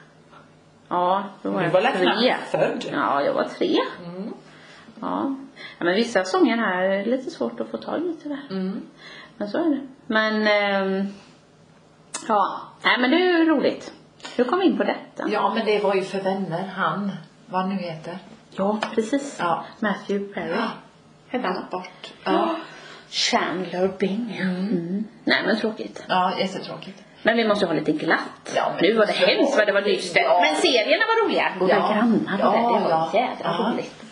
Ja, då var Du jag var tre. knappt född. Ja, jag var tre. Mm. Ja. Ja, men vissa sånger här är lite svårt att få tag i tyvärr. Mm. Men så är det. Men, ehm, ja. Nej, men det är ju roligt. Hur kom vi in på detta? Ja, men det var ju för vänner. Han, vad han nu heter. Ja, precis. Ja. Matthew Perry. Ja. Hette han. Gått bort. Ja. Chandler Bing. Mm. Nej, men tråkigt. Ja, jättetråkigt. Men vi måste ha lite glatt. Ja, men- Nu var det Ja. hemskt vad det var dystert. Ja. Men serierna var roliga. Goda Ja. grannar och Ja, det. Det var ja. jädra Ja. roligt.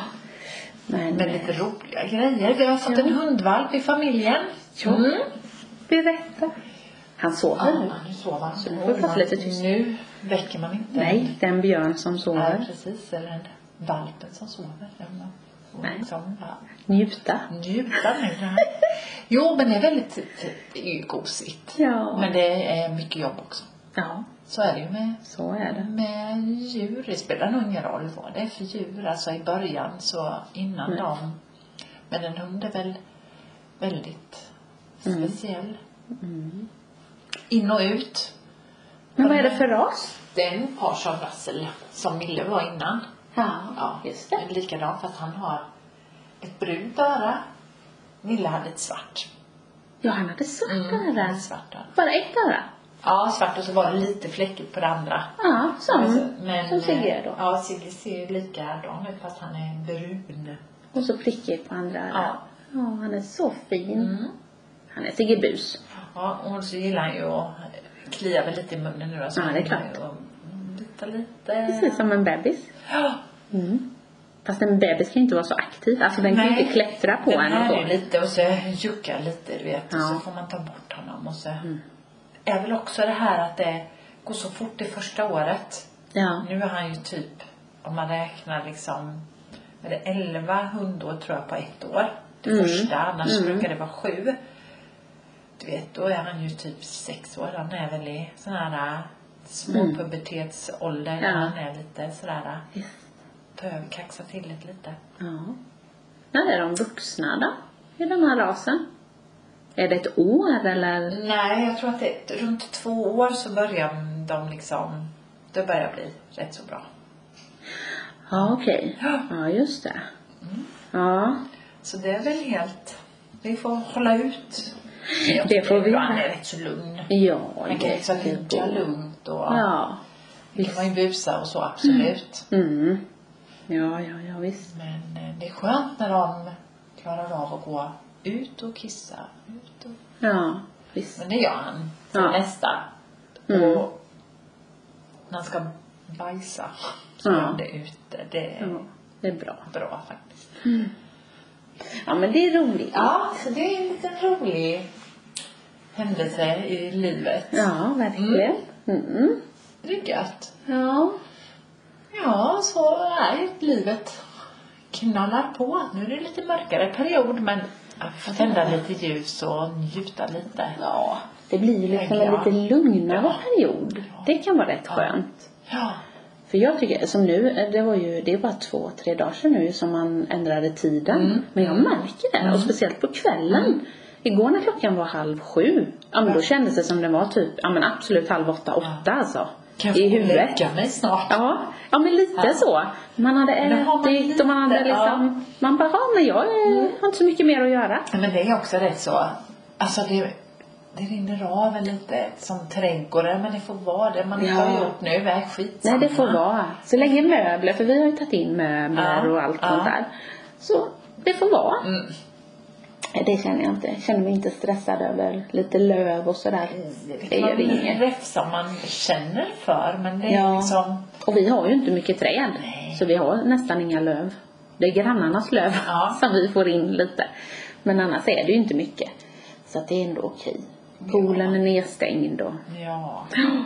Men, Men lite roliga grejer. Vi har fått en hundvalp i familjen. Ja. Mm. berätta. Han sover Ja, nu. nu sover han. Så nu får vi prata lite tyst. Nu väcker man inte. Nej, det är en björn som Nej, sover. precis. Eller en valpen som sover. Den får Nej. liksom bara Njuta. njuta nu. det här. Jo, men det är väldigt, det är ju gosigt. Ja. Men det är mycket jobb också. Ja, Så är det ju med, så är det. med djur. Det spelar nog ingen roll vad det är för djur. Alltså i början så innan Nej. dem. Men en hund är väl väldigt Mm. speciell. Mm. In och ut. Men vad är det för ras? Det är en pars av rassel som Mille var innan. Ja, Ja, just det. Likadant fast han har ett brunt öra. Mille hade ett svart. Ja, han hade svart Mm, öra. ett svart öra. Bara ett öra? Ja, svart och så var det lite fläckigt på det andra. Ja, som, Alltså, men, som Sigge då. Ja, Sigge ser likadan ut fast han är brun. Och så prickig på andra örat. Ja. Ja, han är så fin. Mm. Han är Sigge Bus. Ja, och så gillar han ju att klia väl lite i munnen nu då. Så Ja, det är klart. han ju Lite, lite. Precis som en bebis. Ja. Mm. Fast en bebis kan ju inte vara så aktiv. Alltså den kan ju Nej. inte klättra på Den en och här så. är lite och så juckar lite, du vet. Och Ja. så får man ta bort honom och så. Mm. Är väl också det här att det går så fort det första året. Ja. Nu är han ju typ, om man räknar liksom, är det elva hundår tror jag på ett år. Det Mm. första, annars Mm. brukar det vara sju. Du vet, då är han ju typ sex år. Han är väl i sån här småpubertetsålder. Ja. När han är lite sådär, Visst. ta över, kaxa till det lite. Ja. När är de vuxna då? I den här rasen? Är det ett år eller? Nej, jag tror att det är runt två år så börjar de liksom, det börjar bli rätt så bra. Ja, okej. Ja. Ja, just det. Mm. Ja. Så det är väl helt, vi får hålla ut. Det får vi Han är göra. rätt så lugn. Ja, Man kan liksom ligga lugnt och Ja. det kan man ju busa och så, absolut. Mm. Ja, ja, ja, visst. Men eh, det är skönt när de klarar av att gå ut och kissa. Ut och... Ja, visst. Men det gör han för Ja. nästa. Mm. Och när han ska bajsa så Ja. gör han det ute. Det är Ja, det är bra. bra faktiskt. Ja, men det är roligt. Ja, så det är en liten rolig händelse i livet. Ja, verkligen. Mm. Det är gött. Ja. Ja, så är livet. Knallar på. Nu är det lite mörkare period, men jag får tända lite ljus och njuta lite. Ja, det blir ju liksom en Ja. lite lugnare Ja. period. Det kan vara rätt Ja. skönt. Ja. För jag tycker, som nu, det var ju, det är bara två, tre dagar sedan nu som man ändrade tiden. Mm. Men jag märker det. Mm. Och speciellt på kvällen. Igår när klockan var halv sju. Ja, men då kändes det som det var typ, ja men absolut halv åtta, åtta ja. Alltså. Kan jag i huvudet. lägga mig snart? Ja, ja men lite ja. Så. Man hade ätit och man hade liksom, ja. Man bara, ja men jag är, mm. har inte så mycket mer att göra. Men det är också rätt så, alltså det, det rinner av lite som trädgårdar, men det får vara det man inte ja. Har gjort nu, är skitsamma. Nej, det får vara. Så länge möbler, för vi har ju tagit in möbler ja. Och allt ja. Sånt där. Så det får vara. Mm. Det känner jag inte. Jag känner mig inte stressad över lite löv och sådär. Det är ju inget rätt som man känner för. Men det är ja. Liksom... Och vi har ju inte mycket träd. Nej. Så vi har nästan inga löv. Det är grannarnas löv ja. Som vi får in lite. Men annars är det ju inte mycket. Så att det är ändå okej. Poolen ja. Är nedstängd och... Ja.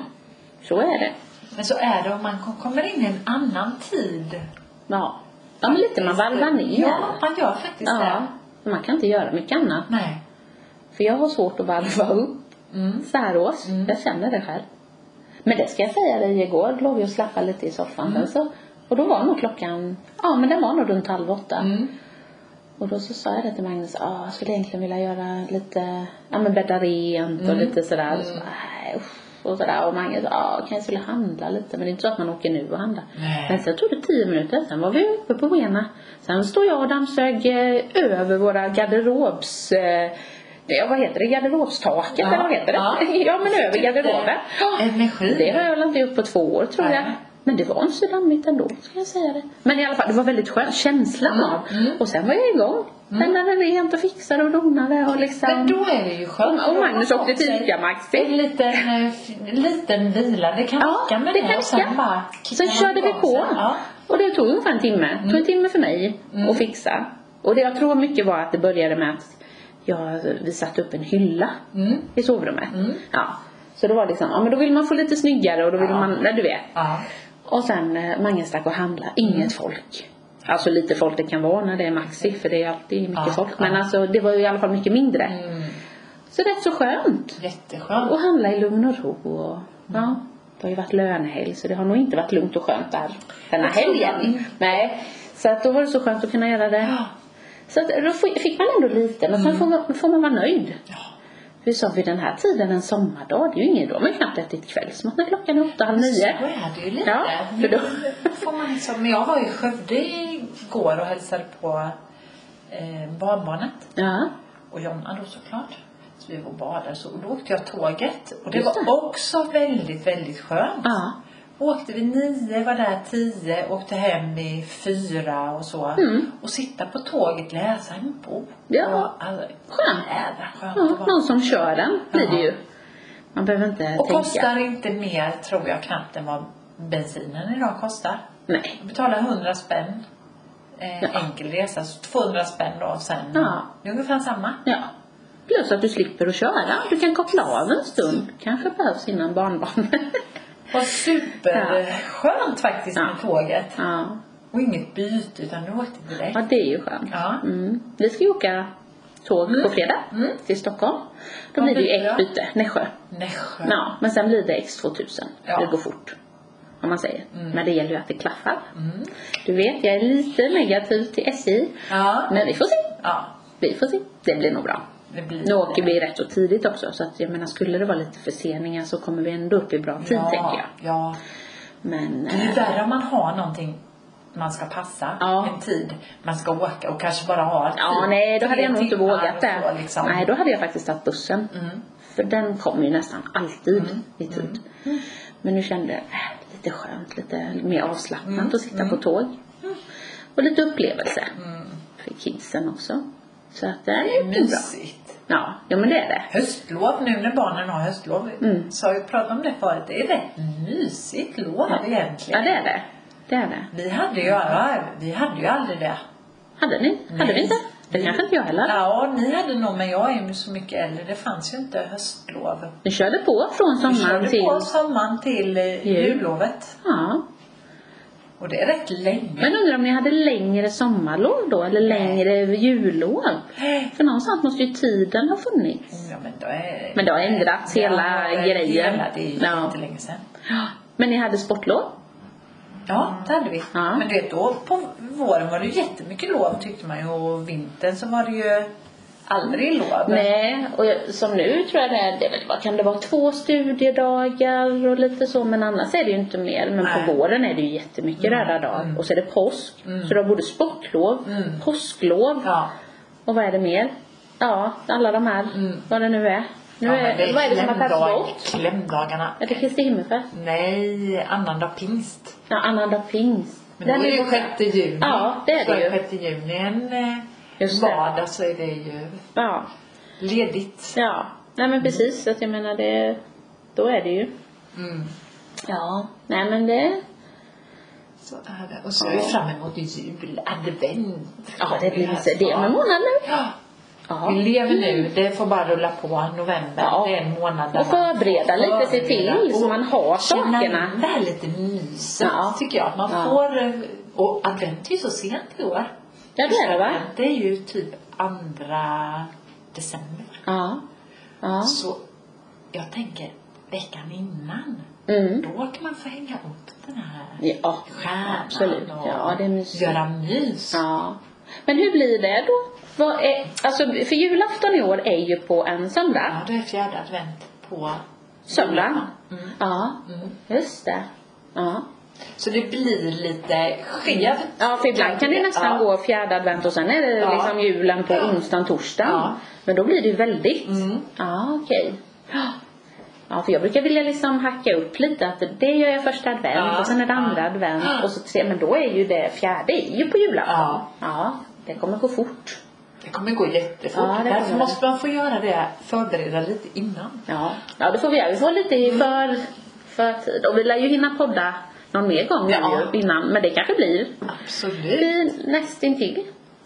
Så är det. Men så är det om man kommer in i en annan tid. Ja. Ja, men lite man varvar ner. Ja, man gör faktiskt ja. Det. Man kan inte göra mycket annat. Nej. För jag har svårt att varva upp. Mm. Så här års. Mm. Jag känner det själv. Men det ska jag säga dig, igår låg vi och slappa lite i soffan. Mm. Så, och då var nog klockan, ja men den var nog runt halv åtta. Mm. Och då så sa jag det till Magnus, ja ah, jag skulle egentligen vilja göra lite, ja men bädda rent och mm. lite sådär. Mm. Så, nej, usch, och sådär. Och Magnus, ja ah, kan jag skulle handla lite. Men det är inte så att man åker nu och handlar. Nej. Men sen tog det tio minuter, sen var vi uppe på Wena. Sen stod jag och dammsög över våra garderobs... Eh, ja, vad heter det? Garderobstaket, ja, eller vad heter det? Ja, ja men över garderoben. Energi. Det har jag väl inte gjort på två år, tror Nej. Jag. Men det var inte så dammigt ändå, ska jag säga det. Men i alla fall, det var väldigt skönt. Känslan mm. av. Mm. Och sen var jag igång. Mm. Den hade rent och fixade och donade och liksom... Men då är det ju skönt. Och, och Magnus åkte till Ica Maxi. En liten, liten vila. Det kan ja, räcka med det. det. Kan sen bara, sen körde vi på. Ja. Och det tog ungefär en timme. Mm. Det tog en timme för mig mm. att fixa. Och det jag tror mycket var att det började med att jag, vi satte upp en hylla mm. i sovrummet. Mm. Ja. Så då var det liksom, ja men då vill man få lite snyggare och då vill ja. Man, nej, du vet. Ja. Och sen eh, Mange stack och handla. Inget mm. folk. Alltså lite folk det kan vara när det är Maxi. För det är alltid mycket ja. Folk. Men ja. Alltså det var ju i alla fall mycket mindre. Mm. Så det är så skönt. Jätteskönt. Och handla i lugn och ro. Och, mm. ja. Det har ju varit lönehelg. Så det har nog inte varit lugnt och skönt där. Den här helgen. Mm. Nej. Så att då var det så skönt att kunna göra det. Ja. Så att då fick man ändå lite. Men mm. sen får man, får man vara nöjd. Ja. Vi sa vid den här tiden en sommardag. Det är ju ingen dag. Men knappt ätit kvällsmat när klockan är åtta, halv nio. Så är det ju lite. Ja, för då... får man liksom, men jag var i Skövde igår och hälsade på eh, barnbarnet. Ja. Och Jonna då såklart. Så vi var och badade. Så, och då åkte jag tåget. Och det Just var det. Också väldigt, väldigt skönt. Ja. Åkte vi nio, var där tio, åkte hem i fyra och så. Mm. Och sitta på tåget, läsa en bok. Ja, och, alltså, skönt. skönt ja, någon som kör den blir det ju. Man behöver inte och tänka. Och kostar inte mer, tror jag knappt, än vad bensinen idag kostar. Nej. Jag betalar hundra spänn. Eh, ja. Enkel resa, så tvåhundra spänn då. Sen, ja. Det är ungefär samma. Ja. Plus att du slipper att köra. Du kan koppla av en stund. Kanske behövs innan barnbarn. Var superskönt ja. Faktiskt med ja. Tåget. Ja. Och inget byte utan du åkte direkt. Ja, det är ju skönt. Ja. Mm. Vi ska ju åka tåg mm. på fredag mm. till Stockholm. Då ja, blir det ju ett byte. Nässjö. Nässjö. Ja, men sen blir det X tvåtusen. Ja. Det går fort. Om man säger. Mm. Men det gäller ju att det klaffar. Mm. Du vet, jag är lite negativ till S J. Ja. Men vi får se. Ja. Vi får se. Det blir nog bra. Det blir nu åker vi rätt så tidigt också. Så att jag menar, skulle det vara lite förseningar så kommer vi ändå upp i bra tid, ja, tänker jag. Ja. Men det är värre om man har någonting man ska passa ja. En tid man ska åka och kanske bara ha tid. Ja, nej, då hade jag nog inte vågat det. Så, liksom. Nej, då hade jag faktiskt tagit bussen. Mm. För den kommer ju nästan alltid mm. i tid. Mm. Mm. Men nu kände jag äh, lite skönt, lite mer avslappnat mm. att sitta mm. på tåg. Mm. Och lite upplevelse mm. för kidsen också. Så att det är, det är mysigt. Bra. Ja, ja, men det är det. Höstlov nu när barnen har höstlov. Mm. Så har jag pratat om det förut. Det är rätt mysigt lov ja. Egentligen. Ja, det är det. Det är det. Vi hade ju, ja, vi hade ju aldrig det. Hade ni? Nej. Hade vi inte? Det vi, kanske inte jag heller. Ja, ni hade nog, men jag är ju så mycket äldre. Det fanns ju inte höstlov. Ni körde på från sommaren till... Vi körde på sommaren till jul. jullovet. Ja. Och det är rätt länge. Men undrar om ni hade längre sommarlov då? Eller längre jullov? För någonstans måste ju tiden ha funnits. Ja, men, då är, men det har ändrats ja, hela grejen. Hela, det är ju ja. Inte länge sedan. Men ni hade sportlov? Ja, det hade vi. Ja. Men du vet, då på våren var det ju jättemycket lov tyckte man ju. Och vintern så var det ju aldrig lov. Nej, och jag, som nu tror jag det är, det är väl, vad kan det vara, två studiedagar och lite så, men annars är det ju inte mer. Men Nej. På våren är det ju jättemycket mm. röda dagar. Mm. Och så är det påsk, mm. så då har både sportlov, mm. påsklov ja. Och vad är det mer? Ja, alla de här, mm. vad det nu är. Nu ja, är, det är vad är det som har tagits bort? Klämdagarna. Är det Kristi himmelfärd? Nej, annandag pingst. Ja, annandag pingst. Men det är ju sjätte juni. Ja, det är det ju. Så sjätte juni en eh, vardag så är det ju ja. ledigt. Ja, nej men precis. Så att jag menar det, då är det ju. Mm. Ja, nej men det... Så är det. Och så är vi fram emot jul, advent. Ja, det blir så. Det är om en månad nu. Ja. Ja. Vi lever nu, det får bara rulla på november. Ja. Det är en månad där och förbereda lite förbereda. sig till så man har sakerna. Det är lite mysigt ja. Tycker jag. Man ja. får, och advent är ju så sent i år. Ja, det är det, va? Det är ju typ andra december. Ja. Ja. Så jag tänker veckan innan. Mm. Då kan man få hänga upp den här ja, stjärnan absolut. och ja, det är mysigt. göra mys. Ja. Men hur blir det då? Vad är, alltså, för julafton i år är ju på en söndag. Ja, det är fjärde advent på söndag. Mm. Ja, mm. just det. Ja. Så det blir lite skevt. Ja, för ibland kan det nästan ja. gå fjärde advent och sen är det ja. liksom julen på onsdagen, torsdagen. Ja. Men då blir det ju väldigt. Mm. Ja, okej. Okay. Ja, för jag brukar vilja liksom hacka upp lite att det gör jag första advent ja. och sen är det andra ja. advent och så tre, men då är ju det fjärde är ju på julafton. Ja. ja, det kommer gå fort. Det kommer gå jättefort. Ja, därför måste man få göra det, förbereda lite innan. Ja, ja det får vi göra. Vi får lite i för, för tid. Och vi lär ju hinna podda någon mer gång ja. nu innan. Men det kanske blir. Absolut. Nästintill.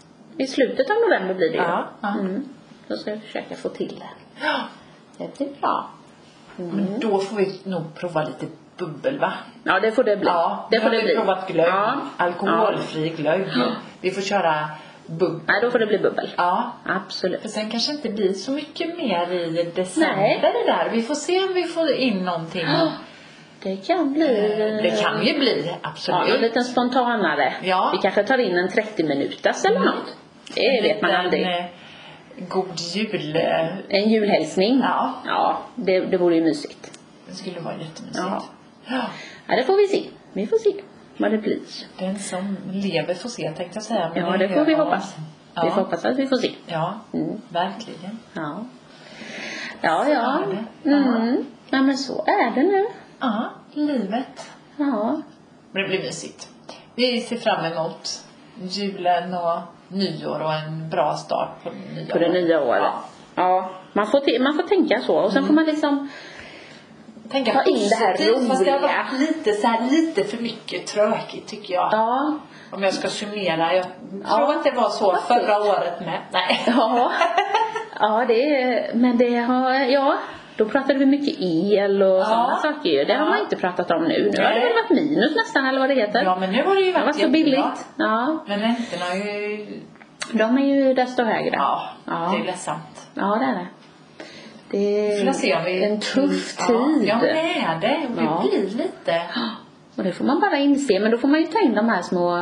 I slutet av november blir det ja. ju. Ja. Mm. Då ska vi försöka få till det. Ja. Det blir bra. Mm. Men då får vi nog prova lite bubbel, va? Ja, det får det bli. Ja, det får det vi bli. provat glögg. Ja. Alkoholfri ja. glögg. Ja. Vi får köra bubbel. Nej, då får det bli bubbel. Ja. Absolut. För sen kanske inte blir så mycket mer i december. Nej. Det där. Vi får se om vi får in någonting. Ja. Det kan bli. Det kan ju bli, absolut. Ja, en liten spontanare. Ja. Vi kanske tar in en trettio minuters eller mm. något. Det vet man aldrig. En, god jul. En julhälsning. Ja. Ja, det, det vore ju mysigt. Det skulle vara jättemysigt. Ja. Ja. Ja, det får vi se. Vi får se vad det blir. Den som lever får se, tänkte jag säga. Men ja, det får vi hoppas. Ja. Vi får hoppas att vi får se. Ja, mm. verkligen. Ja, ja. ja. Mm. Ja, men så är det nu. Ja, livet. Ja. Men det blir mysigt. Vi ser fram emot julen och nyår och en bra start på det nya, på det nya året. Ja. Ja, man får, t- man får tänka så. Och sen mm. får man liksom tänka ta in det här roliga. Fast det har varit lite, så här, lite för mycket tråkigt tycker jag. Ja. Om jag ska summera. Jag ja. tror att det var så förra året med. Nej. Ja, ja det är, men det har, ja. Då pratade vi mycket el och ja. sådana saker. Det ja. har man inte pratat om nu. Nu har det väl varit minus nästan, eller vad det heter. Ja, men nu har det ju varit, det var så billigt. Ja. Men räntorna är ju... De är ju desto högre. Ja, ja. det är ledsamt. Ja, det är det. Det är se om vi... en tuff ja. tid. Ja, det är det. Och ja. det blir lite... Och det får man bara inse. Men då får man ju ta in de här små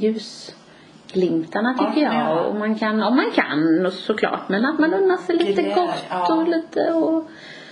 ljusglimtarna tycker ja, jag. Ja. Och man kan, om man kan och såklart. Men att man unnar sig lite det, gott ja. och lite och...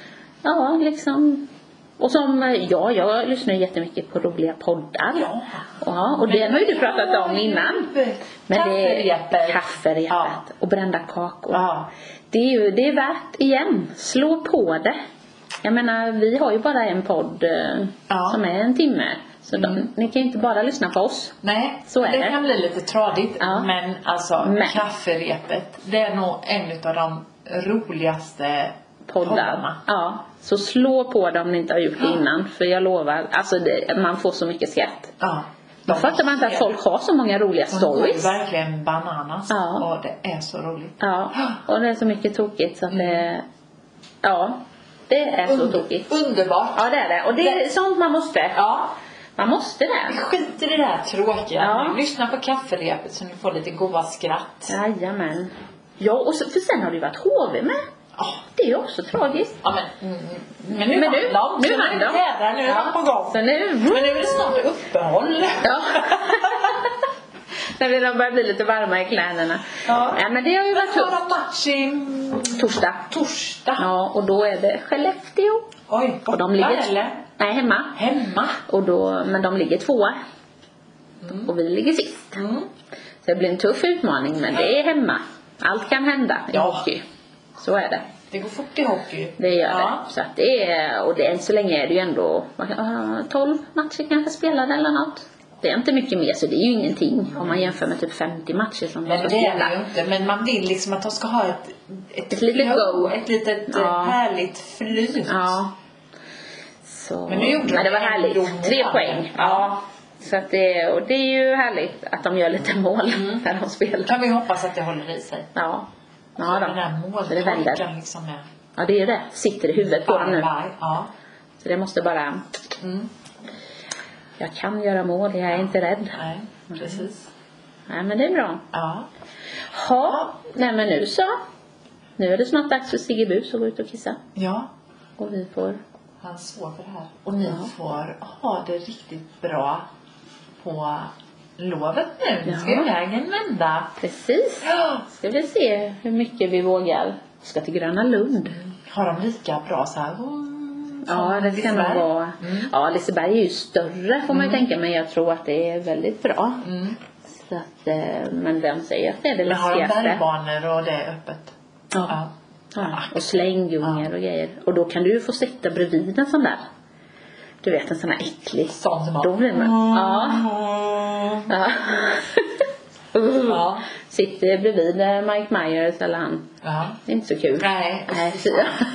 Ja, liksom. Och som, ja, jag lyssnar jättemycket på roliga poddar. Ja. Ja, och det har ju du pratat om innan. Men det är kafferepet ja. och brända kakor. Ja. Det är ju, det är värt igen. Slå på det. Jag menar, vi har ju bara en podd ja. som är en timme. Så mm. de, ni kan ju inte bara lyssna på oss. Nej, så är det, det kan bli lite tradigt. Ja. Men alltså, men. kafferepet, det är nog en av de roligaste poddarna. Ja, så slå på det om ni inte har gjort det innan. För jag lovar, alltså det, man får så mycket skratt. Ja. Då fattar man inte att folk har så många roliga stories. De är verkligen bananas. Ja. Och det är så roligt. Ja, och det är så mycket tokigt så att mm. det... Ja, det är så Under, tokigt. Underbart. Ja, det är det. Och det är det. sånt man måste. Ja. Man måste det. Skit i det där tråkiga. Ja. Lyssna på kafferepet så ni får lite goda skratt. Jajamän. Ja, och så, för sen har det ju varit H V med. Oh. Det är ju också tragiskt. Ja, men, mm, men nu men nu, nu, nu, nu är det tävlar, nu är ja. de på gång. Så nu, men nu är det snart uppehåll. Ja. När de börjar bli lite varma i kläderna. Ja. Ja, men det har ju varit Har tufft. de match i Torsdag. torsdag? Ja, och då är det Skellefteå. Oj, Och de borta ligger... eller? Nej, hemma. Hemma? Och då, men de ligger tvåa. Mm. Och vi ligger sist. Mm. Så det blir en tuff utmaning, men det är hemma. Allt kan hända i Ja. hockey. Så är det. Det går fort i hockey. Det gör Ja. det. Så att det är, och det, än så länge är det ju ändå uh, tolv matcher kanske spelade eller något. Det är inte mycket mer, så det är ju ingenting om man jämför med typ femtio matcher som de Men ska det är spela. det ju inte. Men man vill liksom att de ska ha ett, ett, Ett litet flow, go. ett litet Ja. härligt flyt. Ja. Så, Men nu gjorde men det de var härligt. ändå Tre mål. poäng. Ja. Ja. Så att det, och det är ju härligt att de gör lite mål när de spelar. Kan vi hoppas att det håller i sig. Ja. Ja, Den då. där Så det vänder. måltorkan liksom är Ja, det är det. Sitter i huvudet på dem nu. bye. Ja. Så det måste bara... Mm. Jag kan göra mål, jag är inte rädd. Nej, precis. Nej, men det är bra. Ja. Ha, nej men nu så. Nu är det snart dags för Sigge Bus att gå ut och kissa. Ja. Och vi får... Han sover här. Och ni Ja. får ha det riktigt bra på lovet nu. Nu ska Ja. vägen vända. Precis. Ja. Ska vi se hur mycket vi vågar. Ska till Gröna Lund. Har de lika bra så här? Mm, Ja, som det ska nog Liseberg? vara... Mm. Ja, Liseberg är ju större får man ju tänka. Men jag tror att det är väldigt bra. Mm. Så att, eh, men vem säger att det är det Men har de läskigaste? bergbanor och det är öppet? Ja. Ja. Ja, och slänggungor och grejer. Och då kan du ju få sitta bredvid en sån där. Du vet, en sån här äcklig. Sån som har... Då blir man... Ja. Ja. Ja. Sitter bredvid Mike Myers eller han. Ja. Det är inte så kul. Nej. Nej, så-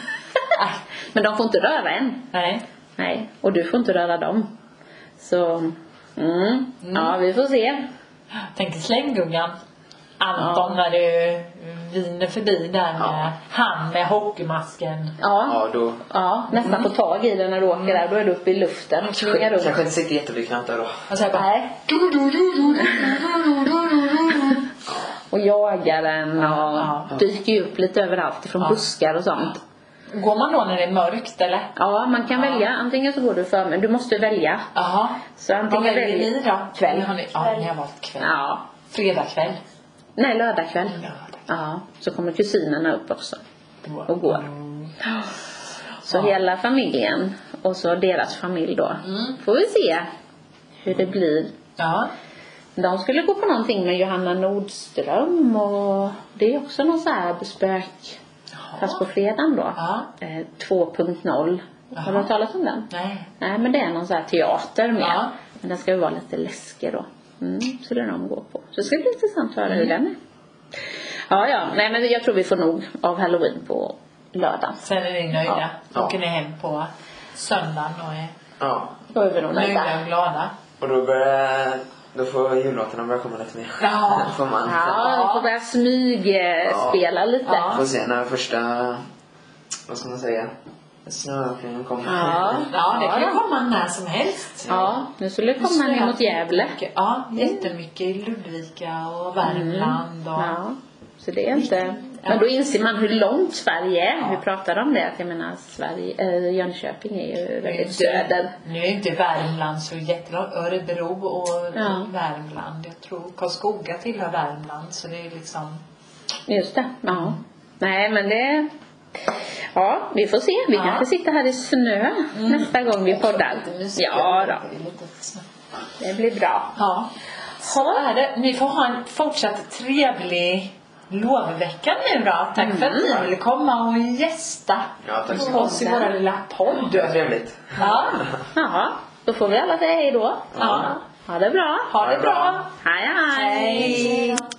Men de får inte röra en. Nej. Nej. Och du får inte röra dem. Så... Mm. Ja, vi får se. Tänk slänggungan. Anton Ja. när du viner förbi där med han med hockeymasken. Ja. Ja, då Ja, nästan få tag i den när du åker där. Då är du uppe i luften och svingar runt. kanske inte sitter jättebekvämt där då. Och så här bara, Nej. Och jagar den och Ja, ja. dyker ju upp lite överallt ifrån Ja. buskar och sånt. går man då när det är mörkt eller? Ja, man kan Ja. välja. Antingen så går du för, men du måste välja. Jaha. Så Vad antingen väljer ni då? kväll. Har ni, ja, ni har valt kväll. Ja. Fredagkväll. Nej, lördagkväll. Lördag. Ja, så kommer kusinerna upp också och går. Mm. Så Ja. hela familjen och så deras familj då. Mm. Får vi se hur det blir. Ja. De skulle gå på någonting med Johanna Nordström och det är också någon så här spök. Fast på fredagen då. Ja. Eh, två punkt noll. Har du Jaha. hört talas om den? Nej. Nej, men det är någon så här teater med. Ja. Men den ska ju vara lite läskig då. Mm, så det är de går på. Så det ska bli intressant att höra hur den är. Ja, ja. Nej, men jag tror vi får nog av Halloween på lördag. Sen är ni nöjda. Ja. Åker ni hem på söndagen och är Ja. Då är vi nog nöjda nöjda. och glada. Och då börjar... Då får jullåtarna börja komma lite mer. Ja. Då får man... Ja, vi får börja smygspela lite. Ja. Får se när första... Vad ska man säga? Snöökningen kommer. Ja. Ja, det kan ju Ja. komma när som helst. Ja, nu skulle det komma ner mot Gävle. Ja, jättemycket i Ludvika och Värmland. Och... Ja, så det är inte... Men då inser man hur långt Sverige är. Ja. Vi pratade om det. Att jag menar, Sverige, äh, Jönköping är ju Nu är väldigt inte- söder. Nu är inte Värmland så jättelångt. Örebro och Ja. Värmland. Jag tror Karlskoga tillhör Värmland. Så det är liksom... Just det, ja. Nej, men det... Ja, vi får se. Vi Ja. kanske sitter här i snö nästa gång vi poddar. Ja då, Det är lite snabbt. det blir bra. Ja. Så är det. Ni får ha en fortsatt trevlig lovvecka nu då. Tack för att ni ville komma och gästa Ja, tack så hos oss i mycket. vår lilla podd. Det var trevligt. Ja. Ja, då får vi alla säga hej då. Ja. Ha det bra. Ha det bra. Hej, hej. Hej.